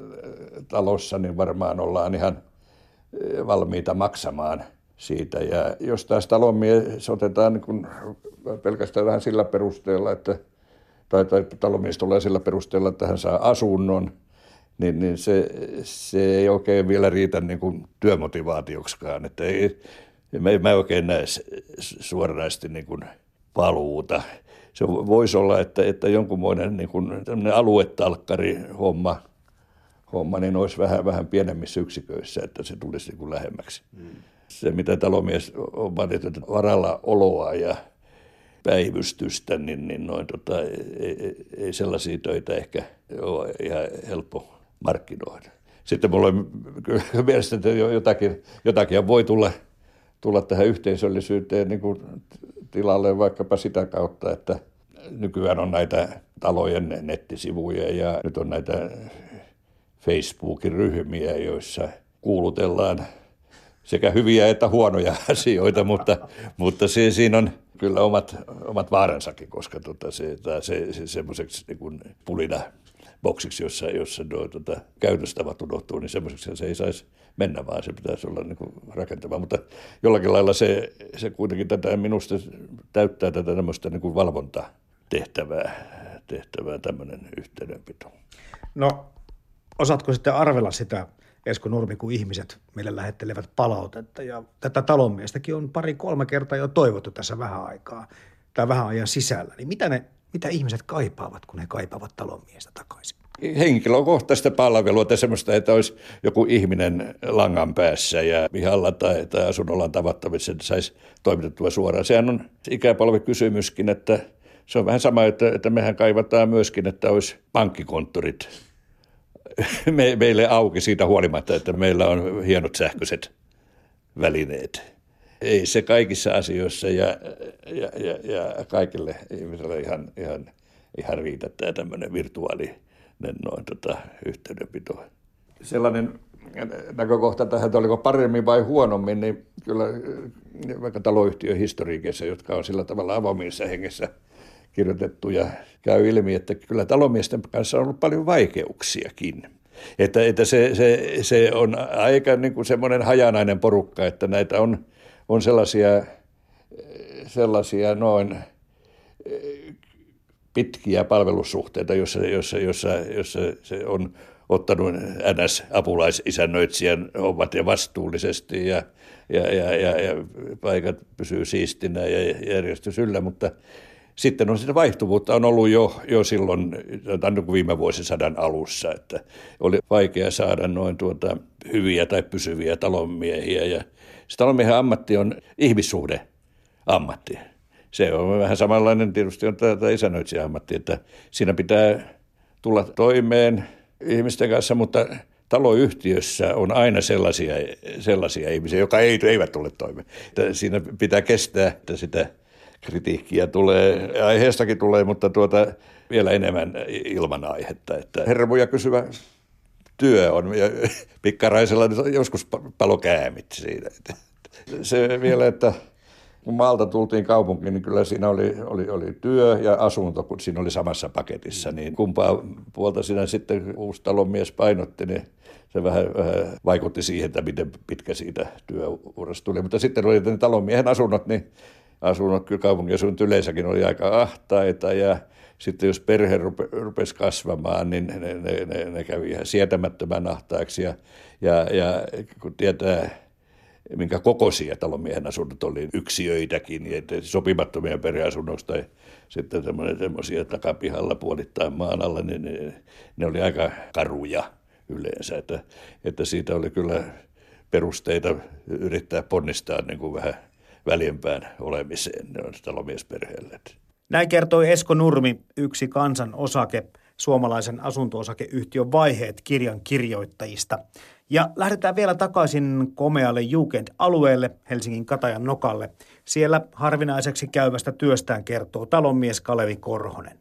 talossa niin varmaan ollaan ihan valmiita maksamaan siitä. Ja jos taas talonmies otetaan niin kuin pelkästään vähän sillä perusteella, että, tai, tai talonmies tulee sillä perusteella, että hän saa asunnon, niin, niin se, se ei oikein vielä riitä niin kuin työmotivaatioksikaan. Että ei, mä, mä en oikein näe suoranaisesti niin kuin paluuta. Se voisi olla, että, että jonkunmoinen niin kuin aluetalkkari homma, homma niin olisi vähän, vähän pienemmissä yksiköissä, että se tulisi niin kuin lähemmäksi. Hmm. Se, mitä talomies on valittu varalla oloa ja päivystystä, niin, niin noin, tota, ei, ei sellaisia töitä ehkä ole ihan helppo markkinoida. Sitten mulla on mielestäni, että jotakin, jotakin voi tulla, tulla tähän yhteisöllisyyteen niin kuin tilalle vaikkapa sitä kautta, että nykyään on näitä talojen nettisivuja ja nyt on näitä Facebookin ryhmiä, joissa kuulutellaan sekä hyviä että huonoja asioita, mutta, mutta se, siinä on kyllä omat, omat vaaransakin, koska tota, se, se, se semmoiseksi niin pulina boksiksi, jossa, jossa no, tota, käytöstavat unohtuu, niin semmoiseksi se ei saisi mennä, vaan se pitäisi olla niin kuin rakentava. Mutta jollakin lailla se, se kuitenkin tätä minusta täyttää tätä tämmöistä niin kuin valvontatehtävää, tehtävää tämmöinen yhteydenpito. No, osaatko sitten arvella sitä, Esko Nurmi, kun ihmiset meille lähettelevät palautetta, ja tätä talonmiestäkin on pari-kolme kertaa jo toivottu tässä vähän aikaa, tai vähän ajan sisällä, niin mitä, ne, mitä ihmiset kaipaavat, kun he kaipaavat talonmiestä takaisin? Henkilökohtaista palvelua tai semmoista, että olisi joku ihminen langan päässä ja pihalla tai, tai asunnolla tavattavissa, että saisi toimitettua suoraan. Sehän on ikäpolvikysymyskin, että se on vähän sama, että, että mehän kaivataan myöskin, että olisi pankkikonttorit Me, meille auki siitä huolimatta, että meillä on hienot sähköiset välineet. Ei se kaikissa asioissa ja, ja, ja, ja kaikille ihmisille ihan, ihan, ihan riitä tämä tämmöinen virtuaalinen noin, tota, yhteydenpito. Sellainen näkökohta tähän, että oliko paremmin vai huonommin, niin kyllä vaikka taloyhtiön historiikissa, jotka on sillä tavalla avoimissa hengessä kirjoitettu ja käy ilmi, että kyllä talomiesten kanssa on ollut paljon vaikeuksiakin. Että, että se, se, se on aika niin kuin semmoinen hajanainen porukka, että näitä on, on sellaisia, sellaisia noin pitkiä palvelussuhteita, jossa, jossa, jossa, jossa se on ottanut N S-apulaisisännöitsijän hommat ja vastuullisesti ja, ja, ja, ja, ja paikat pysyy siistinä ja järjestys yllä, mutta sitten on sitä vaihtuvuutta on ollut jo, jo silloin viime vuosisadan alussa, että oli vaikea saada noin tuota hyviä tai pysyviä talonmiehiä. Ja se talonmiehen ammatti on ihmissuhde ammatti. Se on vähän samanlainen tietysti on tämä isännöitsijän ammatti, että siinä pitää tulla toimeen ihmisten kanssa, mutta taloyhtiössä on aina sellaisia, sellaisia ihmisiä, jotka ei, eivät tule toimeen. Että siinä pitää kestää, että sitä kritiikkiä tulee, aiheestakin tulee, mutta tuota, vielä enemmän ilman aihetta. Että hermoja kysyvä työ on, ja pikkaraisella joskus palo käämit siinä. Se vielä, että kun maalta tultiin kaupunkiin, niin kyllä siinä oli, oli, oli työ ja asunto, kun siinä oli samassa paketissa. Niin kumpaa puolta siinä sitten uusi talonmies painotti, niin se vähän, vähän vaikutti siihen, että miten pitkä siitä työurasta tuli. Mutta sitten oli ne talonmiehen asunnot, niin asunnot, kyllä kaupunkiasunnot yleensäkin oli aika ahtaita ja sitten jos perhe rupe, rupesi kasvamaan, niin ne, ne, ne, ne kävi ihan sietämättömän ahtaiksi ja, ja, ja kun tietää minkä kokoisia talonmiehen asunnot oli, yksiöitäkin, niin että sopimattomia perheasunnoksi tai sitten semmoisia takapihalla puolittain maan alla, niin ne, ne oli aika karuja yleensä, että, että siitä oli kyllä perusteita yrittää ponnistaa niin kuin vähän väljempään olemiseen talonmiesperheelle. Näin kertoi Esko Nurmi, yksi Kansan osake, suomalaisen asunto-osakeyhtiön vaiheet kirjan kirjoittajista. Ja lähdetään vielä takaisin komealle Jugend-alueelle, Helsingin Katajan nokalle. Siellä harvinaiseksi käyvästä työstään kertoo talonmies Kalevi Korhonen.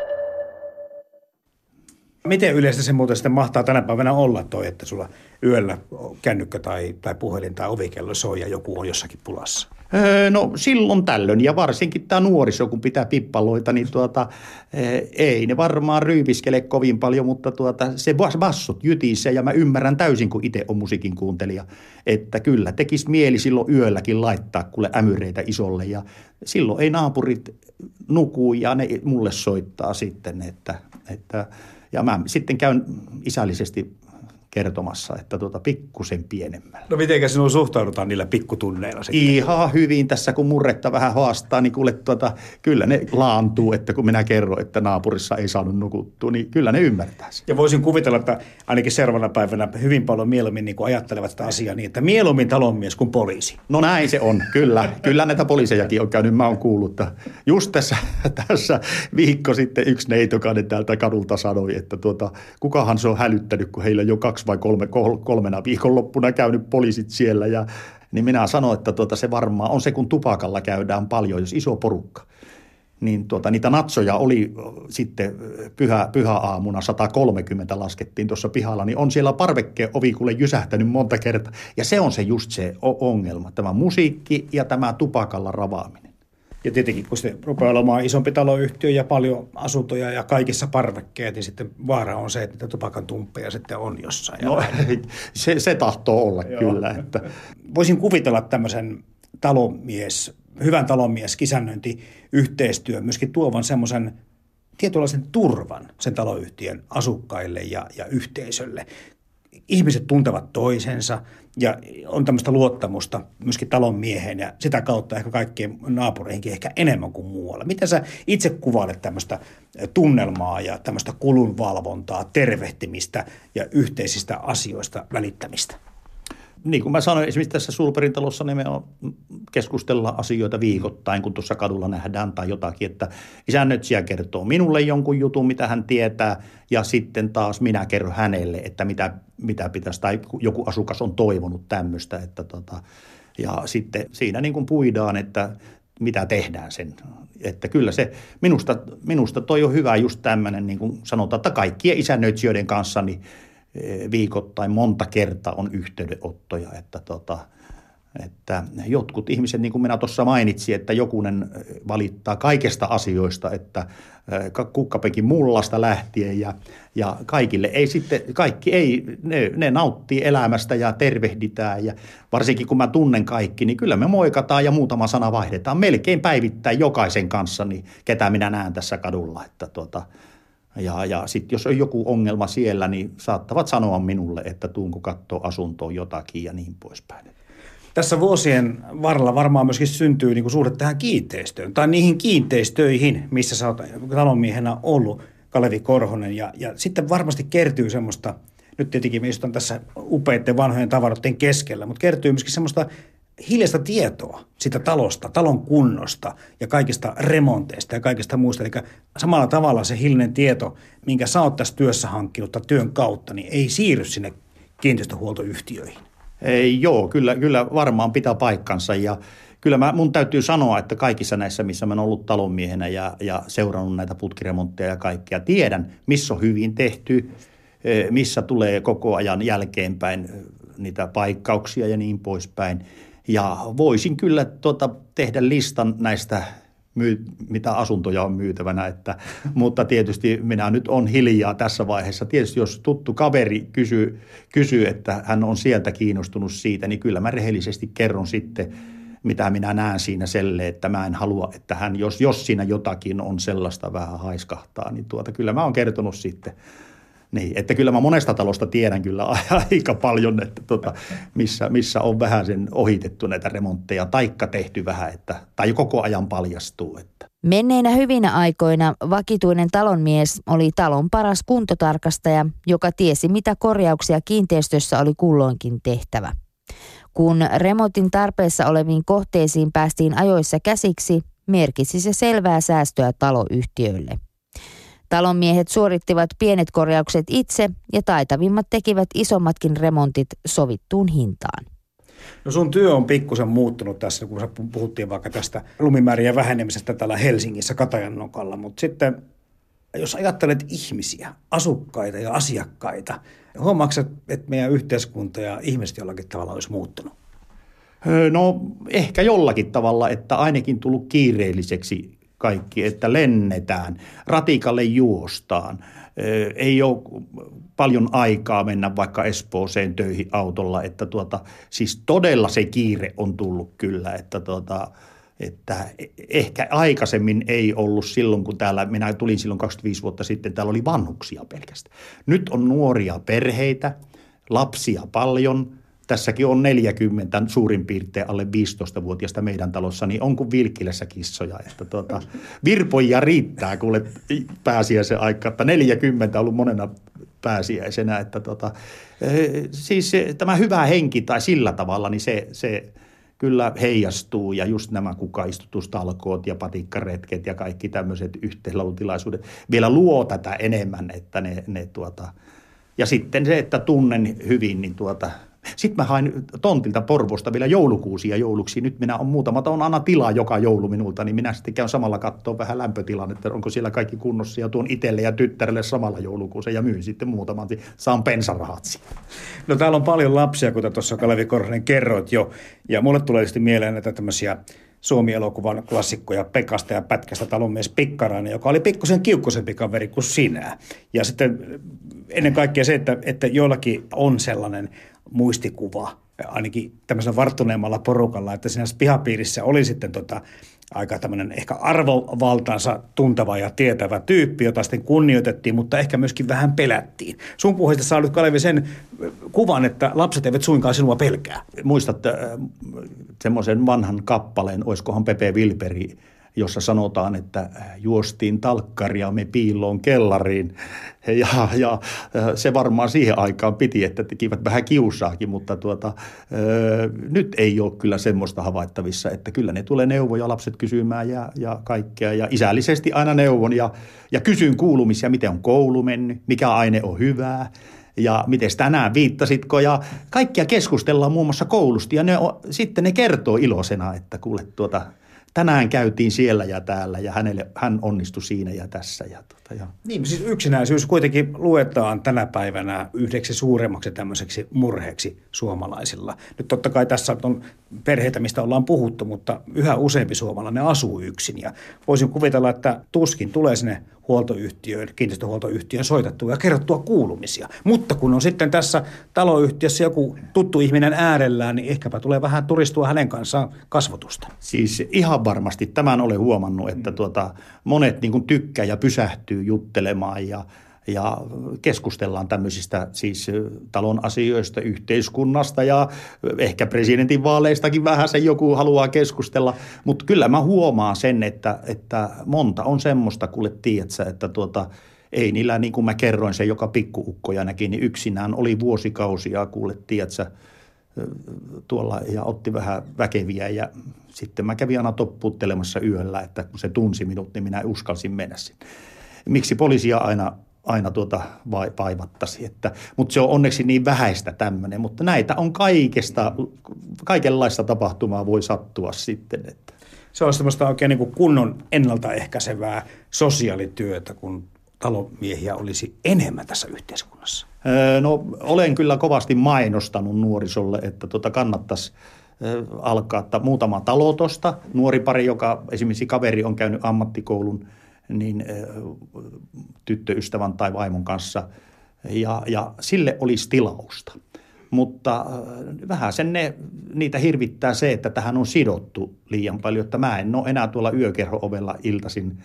Miten yleistä se muuten sitten mahtaa tänä päivänä olla toi, että sulla yöllä kännykkä tai, tai puhelin tai ovikello soi ja joku on jossakin pulassa? Öö, no silloin tällöin, ja varsinkin tämä nuoriso, kun pitää pippaloita, niin tuota, e, ei ne varmaan ryypiskele kovin paljon, mutta tuota, se bassot jytisee, ja mä ymmärrän täysin, kun itse on musiikin kuuntelija, että kyllä tekisi mieli silloin yölläkin laittaa kuule ämyreitä isolle, ja silloin ei naapurit nukuu, ja ne mulle soittaa sitten, että, että ja mä sitten käyn isällisesti kertomassa, että tuota pikkusen pienemmällä. No mitenkä sinun suhtaudutaan niillä pikkutunneilla sitten? Ihan hyvin tässä, kun murretta vähän haastaa, niin kuule tuota, kyllä ne laantuu, että kun minä kerron, että naapurissa ei saanut nukuttua, niin kyllä ne ymmärtää sen. Ja voisin kuvitella, että ainakin seuraavana päivänä hyvin paljon mieluummin niin kuin ajattelevat sitä asiaa niin, että mieluummin talonmies kuin poliisi. No näin se on, kyllä. Kyllä näitä poliisejakin on käynyt, mä oon kuullut. Just tässä, tässä viikko sitten yksi neitokainen täältä kadulta sanoi, että tuota, kukahan se on hälyttänyt, kun heillä jo kaksi vai kolme, kolmena viikonloppuna käynyt poliisit siellä. Ja, niin minä sanoin, että tuota, se varmaan on se, kun tupakalla käydään paljon, jos iso porukka. Niin tuota, niitä natsoja oli sitten pyhä, pyhäaamuna sata kolmekymmentä laskettiin tuossa pihalla, niin on siellä parvekkeen ovi kuule jysähtänyt monta kertaa. Ja se on se just se ongelma, tämä musiikki ja tämä tupakalla ravaaminen. Ja tietenkin, kun se rupeaa olemaan isompi taloyhtiö ja paljon asuntoja ja kaikissa parvekkeet, niin sitten vaara on se, että niitä tupakan tumppeja sitten on jossain. No se, se tahtoo olla kyllä. Että. Voisin kuvitella tämmöisen talomies, hyvän talomies kisännöintiyhteistyön myöskin tuovan semmoisen tietynlaisen turvan sen taloyhtiön asukkaille ja, ja yhteisölle. Ihmiset tuntevat toisensa ja on tämmöistä luottamusta myöskin talon mieheen ja sitä kautta ehkä kaikkien naapureihinkin ehkä enemmän kuin muualla. Miten sä itse kuvailet tämmöistä tunnelmaa ja tämmöistä kulunvalvontaa, tervehtimistä ja yhteisistä asioista välittämistä? Niin kuin mä sanoin, esimerkiksi tässä Sulperin talossa niin me keskustellaan asioita viikoittain, kun tuossa kadulla nähdään tai jotakin, että isännöitsijä kertoo minulle jonkun jutun, mitä hän tietää, ja sitten taas minä kerron hänelle, että mitä, mitä pitäisi, tai joku asukas on toivonut tämmöistä, että tota, ja sitten siinä niin kuin puidaan, että mitä tehdään sen. Että kyllä se, minusta, minusta toi on hyvä just tämmöinen, niin kuin sanotaan, että kaikkien isännöitsijöiden kanssa, niin viikoittain monta kertaa on yhteydenottoja, että, tota, että jotkut ihmiset, niin kuin minä tuossa mainitsin, että jokunen valittaa kaikesta asioista, että kukkapenkin mullasta lähtien ja, ja kaikille ei sitten, kaikki ei, ne, ne nauttii elämästä ja tervehditään ja varsinkin kun mä tunnen kaikki, niin kyllä me moikataan ja muutama sana vaihdetaan melkein päivittäin jokaisen kanssa, niin ketä minä näen tässä kadulla, että tuota, Ja, ja sitten jos on joku ongelma siellä, niin saattavat sanoa minulle, että tuunko katsoa asuntoon jotakin ja niin poispäin. Tässä vuosien varrella varmaan myöskin syntyy niin kuin suhde tähän kiinteistöön tai niihin kiinteistöihin, missä sä oot talonmiehenä ollut, Kalevi Korhonen. Ja, ja sitten varmasti kertyy semmoista, nyt tietenkin me istun tässä upeiden vanhojen tavaroiden keskellä, mutta kertyy myöskin semmoista hiljaista tietoa sitä talosta, talon kunnosta ja kaikista remonteista ja kaikista muista. Eli samalla tavalla se hiljainen tieto, minkä sä oot tässä työssä hankkinut työn kautta, niin ei siirry sinne kiinteistöhuoltoyhtiöihin. Ei, joo, kyllä, kyllä varmaan pitää paikkansa ja kyllä mä, mun täytyy sanoa, että kaikissa näissä, missä mä oon ollut talonmiehenä ja, ja seurannut näitä putkiremontteja ja kaikkea, tiedän, missä on hyvin tehty, missä tulee koko ajan jälkeenpäin niitä paikkauksia ja niin poispäin. Ja voisin kyllä tuota, tehdä listan näistä, myy- mitä asuntoja on myytävänä, että, mutta tietysti minä nyt on hiljaa tässä vaiheessa. Tietysti jos tuttu kaveri kysyy, kysyy, että hän on sieltä kiinnostunut siitä, niin kyllä mä rehellisesti kerron sitten, mitä minä näen siinä selle, että mä en halua, että hän, jos, jos siinä jotakin on sellaista vähän haiskahtaa, niin tuota, kyllä mä oon kertonut sitten Niin, että kyllä mä monesta talosta tiedän kyllä aika paljon, että tota, missä, missä on vähän sen ohitettu näitä remontteja, taikka tehty vähän, että, tai koko ajan paljastuu. Että. Menneinä hyvinä aikoina vakituinen talonmies oli talon paras kuntotarkastaja, joka tiesi mitä korjauksia kiinteistössä oli kulloinkin tehtävä. Kun remontin tarpeessa oleviin kohteisiin päästiin ajoissa käsiksi, merkitsi se selvää säästöä taloyhtiöille. Talonmiehet suorittivat pienet korjaukset itse ja taitavimmat tekivät isommatkin remontit sovittuun hintaan. No sun työ on pikkusen muuttunut tässä, kun puhuttiin vaikka tästä lumimäärien vähenemisestä täällä Helsingissä Katajannokalla, mutta sitten jos ajattelet ihmisiä, asukkaita ja asiakkaita, huomaatko, että meidän yhteiskunta ja ihmiset jollakin tavalla olisi muuttunut? No ehkä jollakin tavalla, että ainakin tullut kiireelliseksi kaikki, että lennetään, ratikalle juostaan. Ei ole paljon aikaa mennä vaikka Espooseen töihin autolla, että tuota, siis todella se kiire on tullut kyllä, että, tuota, että ehkä aikaisemmin ei ollut silloin, kun täällä, minä tulin silloin kaksikymmentäviisi vuotta sitten, täällä oli vanhuksia pelkästään. Nyt on nuoria perheitä, lapsia paljon. Tässäkin on neljäkymmentä suurin piirtein alle viisitoistavuotiaista meidän talossa, niin on kuin Vilkkilässä kissoja. Että tuota, virpoja riittää kuule pääsiäisen aikaa, että neljäkymmentä on ollut monena pääsiäisenä. Että tuota, siis tämä hyvä henki tai sillä tavalla, niin se, se kyllä heijastuu. Ja just nämä kukaistutustalkoot ja patikkaretket ja kaikki tämmöiset yhteislaulutilaisuudet vielä luo tätä enemmän, että ne, ne tuota, ja sitten se, että tunnen hyvin, niin tuota, sitten mä hain tontilta Porvoosta vielä joulukuusia jouluksi. Nyt minä on muutama, on aina tilaa joka joulu minulta, niin minä sitten käyn samalla katsoa vähän lämpötilan, että onko siellä kaikki kunnossa ja tuon itselle ja tyttärelle samalla joulukuusen ja myyn sitten muutaman, saan pensarahat siitä. No täällä on paljon lapsia, kuten tuossa Kalevi Korhonen kerroit jo, ja mulle tulee sitten mieleen näitä tämmöisiä Suomi-elokuvan klassikkoja Pekasta ja Pätkästä talonmies Pikkarainen, joka oli pikkusen kiukkuisempi kaveri kuin sinä. Ja sitten ennen kaikkea se, että, että joillakin on sellainen muistikuva, ainakin tämmöisellä varttuneemmalla porukalla, että siinä pihapiirissä oli sitten tota, aika tämmöinen ehkä arvovaltansa tuntava ja tietävä tyyppi, jota sitten kunnioitettiin, mutta ehkä myöskin vähän pelättiin. Sun puheesta saa nyt, Kalevi, sen kuvan, että lapset eivät suinkaan sinua pelkää. Muistat äh, semmoisen vanhan kappaleen, oiskohan Pepe Wilperi, jossa sanotaan, että juostiin talkkaria me piiloon kellariin. Ja, ja se varmaan siihen aikaan piti, että tekivät vähän kiusaakin, mutta tuota, nyt ei ole kyllä semmoista havaittavissa, että kyllä ne tulee neuvoja lapset kysymään ja, ja kaikkea. Ja isällisesti aina neuvon ja, ja kysyn kuulumisia, miten on koulu mennyt, mikä aine on hyvää. Ja miten tänään viittasitko, ja kaikkia keskustellaan muun muassa koulusta, ja ne on, sitten ne kertoo iloisena, että kuule tuota, tänään käytiin siellä ja täällä, ja hänelle, hän onnistui siinä ja tässä. Ja tuota, ja. Niin, siis yksinäisyys kuitenkin luetaan tänä päivänä yhdeksi suuremmaksi tämmöiseksi murheeksi suomalaisilla. Nyt totta kai tässä on perheitä, mistä ollaan puhuttu, mutta yhä useampi suomalainen asuu yksin, ja voisin kuvitella, että tuskin tulee sinne huoltoyhtiöön, kiinteistöhuoltoyhtiöön soitettua ja kerrottua kuulumisia. Mutta kun on sitten tässä taloyhtiössä joku tuttu ihminen äärellään, niin ehkäpä tulee vähän turistua hänen kanssaan kasvotusta. Siis ihan varmasti tämän olen huomannut, että tuota, monet niin kuin tykkää ja pysähtyy juttelemaan ja, ja keskustellaan tämmöisistä siis talon asioista, yhteiskunnasta ja ehkä presidentinvaaleistakin vähän se joku haluaa keskustella. Mutta kyllä mä huomaan sen, että, että monta on semmoista, kuule tiedätkö, että tuota, ei niillä, niin kuin mä kerroin sen, joka pikkuukkoja näki, niin yksinään oli vuosikausia, kuule tiedätkö, tuolla ja otti vähän väkeviä ja sitten mä kävin aina toppuuttelemassa yöllä, että kun se tunsi minut, niin minä uskalsin mennä sinne. Miksi poliisia aina, aina tuota vaivattasi, että, mutta se on onneksi niin vähäistä tämmöinen, mutta näitä on kaikesta, kaikenlaista tapahtumaa voi sattua sitten. Että. Se on semmoista oikein niin kuin kunnon ennaltaehkäisevää sosiaalityötä, kun talomiehiä olisi enemmän tässä yhteiskunnassa. No olen kyllä kovasti mainostanut nuorisolle, että tuota kannattaisi alkaa että muutama talo tosta. Nuori pari, joka esimerkiksi kaveri on käynyt ammattikoulun, niin tyttöystävän tai vaimon kanssa, ja, ja sille olisi tilausta. Mutta vähän sen ne, niitä hirvittää se, että tähän on sidottu liian paljon, että mä en ole enää tuolla yökerho-ovella iltaisin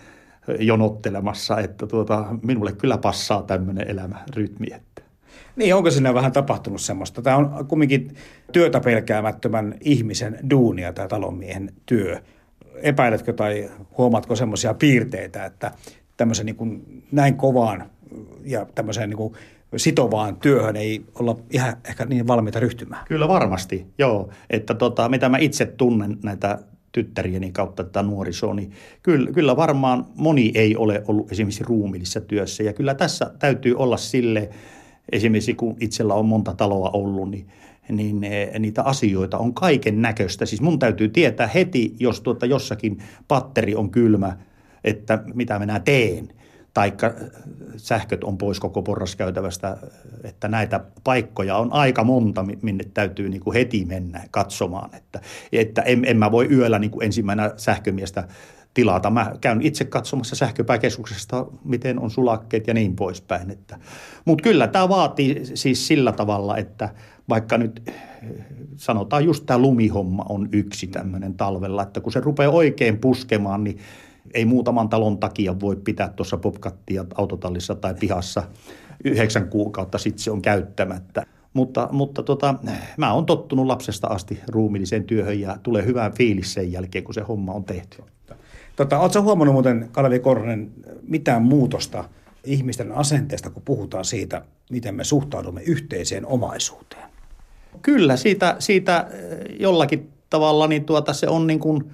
jonottelemassa, että tuota, minulle kyllä passaa tämmöinen elämärytmi. Että. Niin, onko siinä vähän tapahtunut semmoista? Tämä on kumminkin työtä pelkäämättömän ihmisen duunia, tämä talonmiehen työ. Epäiletkö tai huomaatko semmoisia piirteitä, että tämmöisen niin kuin näin kovaan ja tämmöiseen niin kuin sitovaan työhön ei olla ihan ehkä niin valmiita ryhtymään? Kyllä varmasti, joo. Että tota, mitä mä itse tunnen näitä tyttärieni kautta tätä nuorisoa, niin kyllä, kyllä varmaan moni ei ole ollut esimerkiksi ruumiillisessa työssä. Ja kyllä tässä täytyy olla sille, esimerkiksi kun itsellä on monta taloa ollut, niin, niin niitä asioita on kaiken näköistä. Siis mun täytyy tietää heti, jos tuota jossakin patteri on kylmä, että mitä minä teen. Taikka sähköt on pois koko porraskäytävästä, että näitä paikkoja on aika monta, minne täytyy niin kuin heti mennä katsomaan. Että, että en, en mä voi yöllä niin kuin ensimmäisenä sähkömiestä tilata. Mä käyn itse katsomassa sähköpääkeskuksesta, miten on sulakkeet ja niin poispäin. Mutta kyllä tämä vaatii siis sillä tavalla, että vaikka nyt sanotaan just tämä lumihomma on yksi tämmöinen talvella, että kun se rupeaa oikein puskemaan, niin ei muutaman talon takia voi pitää tuossa popkattia autotallissa tai pihassa yhdeksän kuukautta, sitten se on käyttämättä. Mutta, mutta tota, mä oon tottunut lapsesta asti ruumiilliseen työhön ja tulee hyvä fiilis sen jälkeen, kun se homma on tehty. Tota, ootko sä huomannut muuten, Kalevi Korhonen, mitään muutosta ihmisten asenteesta, kun puhutaan siitä, miten me suhtaudumme yhteiseen omaisuuteen? Kyllä, siitä, siitä jollakin tavalla niin tuota, se on niin kuin,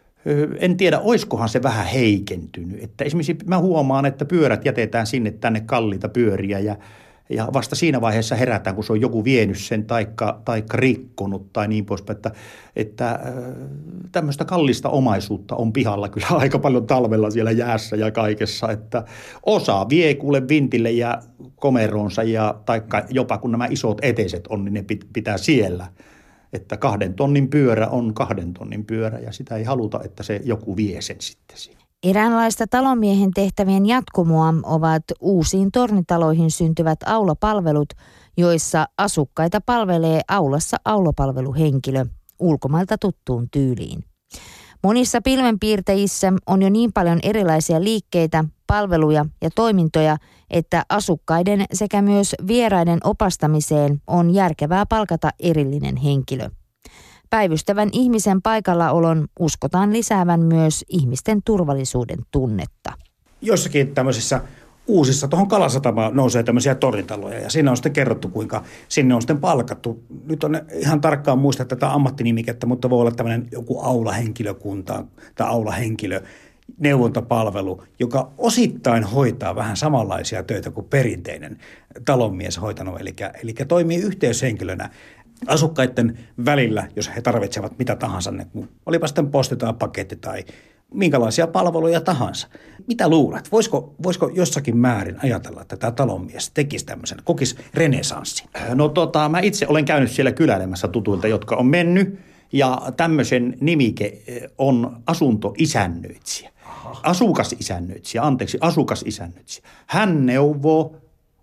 en tiedä, oiskohan se vähän heikentynyt. Että esimerkiksi mä huomaan, että pyörät jätetään sinne tänne kalliita pyöriä ja, ja vasta siinä vaiheessa herätään, kun se on joku vienyt sen taikka, taikka rikkonut tai niin poispäin. Että, että tämmöistä kallista omaisuutta on pihalla kyllä aika paljon talvella siellä jäässä ja kaikessa. Että osa vie kuule vintille ja komeroonsa ja taikka jopa kun nämä isot eteiset on, niin ne pitää siellä. Että kahden tonnin pyörä on kahden tonnin pyörä ja sitä ei haluta, että se joku vie sen sitten siinä. Eräänlaista talonmiehen tehtävien jatkumoa ovat uusiin tornitaloihin syntyvät aulapalvelut, joissa asukkaita palvelee aulassa aulapalveluhenkilö ulkomailta tuttuun tyyliin. Monissa pilvenpiirtäjissä on jo niin paljon erilaisia liikkeitä, palveluja ja toimintoja, että asukkaiden sekä myös vieraiden opastamiseen on järkevää palkata erillinen henkilö. Päivystävän ihmisen paikallaolon uskotaan lisäävän myös ihmisten turvallisuuden tunnetta. Jossakin tämmöisissä uusissa, tuohon Kalasatamaan nousee tämmöisiä tornitaloja ja siinä on sitten kerrottu, kuinka sinne on sitten palkattu. Nyt on ihan tarkkaan muista tätä ammattinimikettä, mutta voi olla tämmöinen joku aulahenkilökunta tai aulahenkilö, neuvontapalvelu, joka osittain hoitaa vähän samanlaisia töitä kuin perinteinen talonmies hoitanut, eli, eli toimii yhteyshenkilönä asukkaiden välillä, jos he tarvitsevat mitä tahansa, olipa sitten posti tai paketti tai minkälaisia palveluja tahansa. Mitä luulet? Voisiko, voisiko jossakin määrin ajatella, että tämä talonmies tekisi tämmöisen, kokisi renesanssin? No tota, mä itse olen käynyt siellä kyläilemässä tutuilta, jotka on mennyt, ja tämmöisen nimike on asuntoisännöitsijä. Aha. Asukasisännöitsijä, anteeksi, asukasisännöitsijä. Hän neuvoo,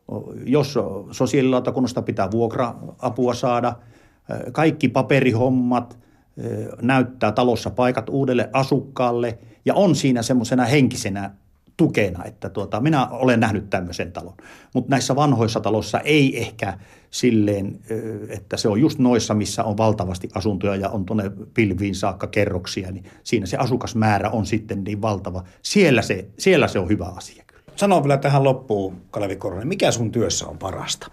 jos sosiaalilautakunnasta pitää vuokra-apua saada, kaikki paperihommat, näyttää talossa paikat uudelle asukkaalle ja on siinä semmoisena henkisenä tukena, että tuota, minä olen nähnyt tämmöisen talon. Mutta näissä vanhoissa taloissa ei ehkä silleen, että se on just noissa, missä on valtavasti asuntoja ja on tuonne pilviin saakka kerroksia, niin siinä se asukasmäärä on sitten niin valtava. Siellä se, siellä se on hyvä asia kyllä. Sano vielä tähän loppuun, Kalevi Korhonen, mikä sun työssä on parasta?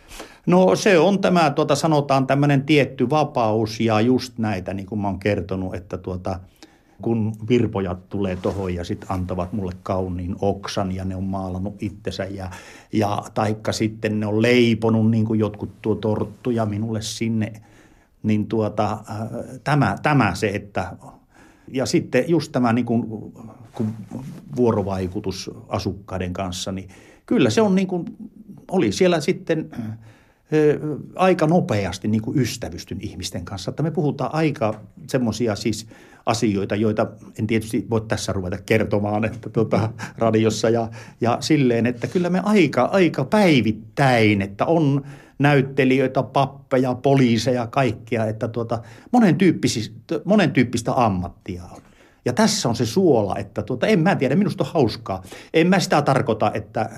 No se on tämä, tuota, sanotaan tämmöinen tietty vapaus ja just näitä, niin kuin mä oon kertonut, että tuota, kun virpojat tulee tohon ja sitten antavat mulle kauniin oksan ja ne on maalannut itsensä ja, ja taikka sitten ne on leiponut niin kuin jotkut tuo torttuja minulle sinne, niin tuota, äh, tämä, tämä se, että ja sitten just tämä niin kuin, kun vuorovaikutus asukkaiden kanssa, niin kyllä se on niin kuin, oli siellä sitten aika nopeasti niin kuin ystävystyn ihmisten kanssa. Että me puhutaan aika semmoisia siis asioita, joita en tietysti voi tässä ruveta kertomaan että tuota, radiossa ja, ja silleen, että kyllä me aika, aika päivittäin, että on näyttelijöitä, pappeja, poliiseja, kaikkia, että tuota, monen, monen tyyppistä ammattia on. Ja tässä on se suola, että tuota, en mä tiedä, minusta on hauskaa. En mä sitä tarkoita, että,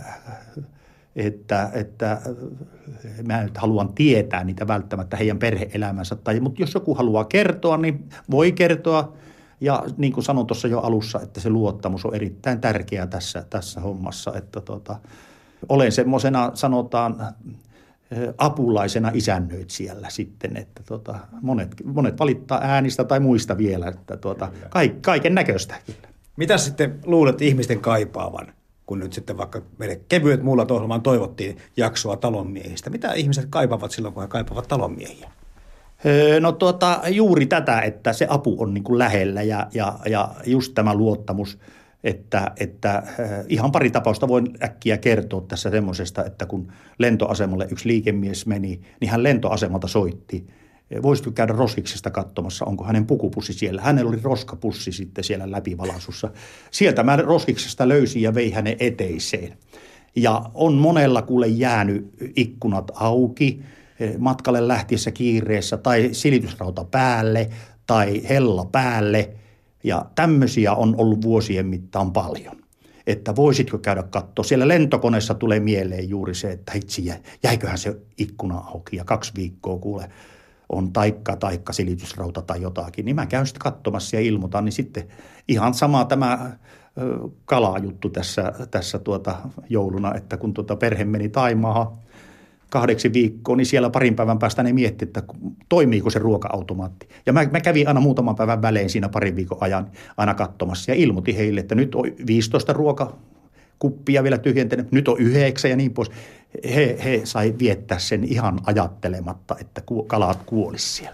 että, että mä nyt haluan tietää niitä välttämättä heidän perhe-elämänsä. Tai, mutta jos joku haluaa kertoa, niin voi kertoa. Ja niin kuin sanoin tuossa jo alussa, että se luottamus on erittäin tärkeää tässä, tässä hommassa. Että tuota, olen semmoisena, sanotaan, apulaisena isännöitsijällä sitten, että tuota, monet, monet valittaa äänistä tai muista vielä, että tuota, kaik, kaiken näköistä. Mitä sitten luulet ihmisten kaipaavan, kun nyt sitten vaikka meille Kevyet mullat -ohjelmaan toivottiin jaksoa talonmiehistä? Mitä ihmiset kaipaavat silloin, kun he kaipaavat talonmiehiä? No tuota, juuri tätä, että se apu on niin kuin lähellä ja, ja, ja just tämä luottamus, että, että ihan pari tapausta voin äkkiä kertoa tässä semmoisesta, että kun lentoasemalle yksi liikemies meni, niin hän lentoasemalta soitti. Voisitko käydä roskiksesta katsomassa, onko hänen pukupussi siellä? Hänellä oli roskapussi sitten siellä läpivalasussa. Sieltä mä roskiksesta löysin ja vei hänen eteiseen. Ja on monella kuule jäänyt ikkunat auki matkalle lähtiessä kiireessä tai silitysrauta päälle tai hella päälle. Ja tämmöisiä on ollut vuosien mittaan paljon. Että voisitko käydä katsoa. Siellä lentokoneessa tulee mieleen juuri se, että itse jäiköhän se ikkuna auki ja kaksi viikkoa kuule on taikka, taikka silitysrauta tai jotakin. Niin mä käyn sitten katsomassa ja ilmoitan, niin sitten ihan sama tämä kalajuttu tässä, tässä tuota jouluna, että kun tuota perhe meni Taimaahan kahdeksi viikkoon, niin siellä parin päivän päästä ne mietti, että toimiiko se ruoka-automaatti. Ja mä, mä kävin aina muutaman päivän välein siinä parin viikon ajan aina katsomassa ja ilmoitin heille, että nyt on viisitoista ruokakuppia vielä tyhjentänyt, nyt on yhdeksän ja niin pois. He, he sai viettää sen ihan ajattelematta, että ku, kalat kuolisi siellä.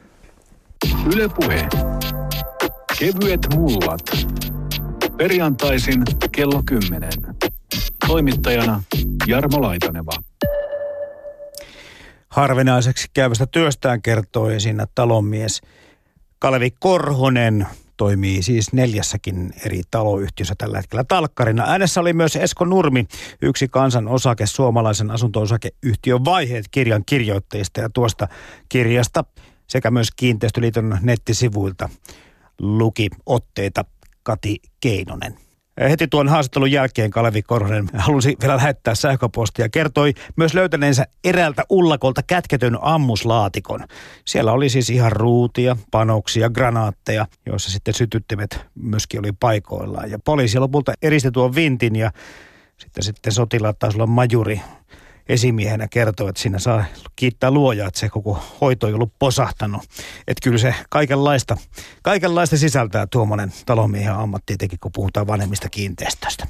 Yle Puhe. Kevyet mullat. Perjantaisin kello kymmenen. Toimittajana Jarmo Laitaneva. Harvinaiseksi käyvästä työstään kertoi siinä talonmies Kalevi Korhonen. Toimii siis neljässäkin eri taloyhtiössä tällä hetkellä talkkarina. Äänessä oli myös Esko Nurmi, yksi Kansan osake suomalaisen asunto-osakeyhtiön Vaiheet -kirjan kirjoittajista, ja tuosta kirjasta sekä myös Kiinteistöliiton nettisivuilta luki otteita Kati Keinonen. Heti tuon haastattelun jälkeen Kalevi Korhonen halusi vielä lähettää sähköpostia ja kertoi myös löytäneensä eräältä ullakolta kätketyn ammuslaatikon. Siellä oli siis ihan ruutia, panoksia, granaatteja, joissa sitten sytyttimet myöskin oli paikoillaan. Ja poliisi lopulta eristi tuon vintin ja sitten, sitten sotilaat taisi olla majuri esimiehenä kertoi, että siinä saa kiittää luojaa, että se koko hoito ei ollut posahtanut. Että kyllä se kaikenlaista, kaikenlaista sisältää tuommoinen talonmiehen ammatti, etenkin kun puhutaan vanhemmista kiinteistöistä.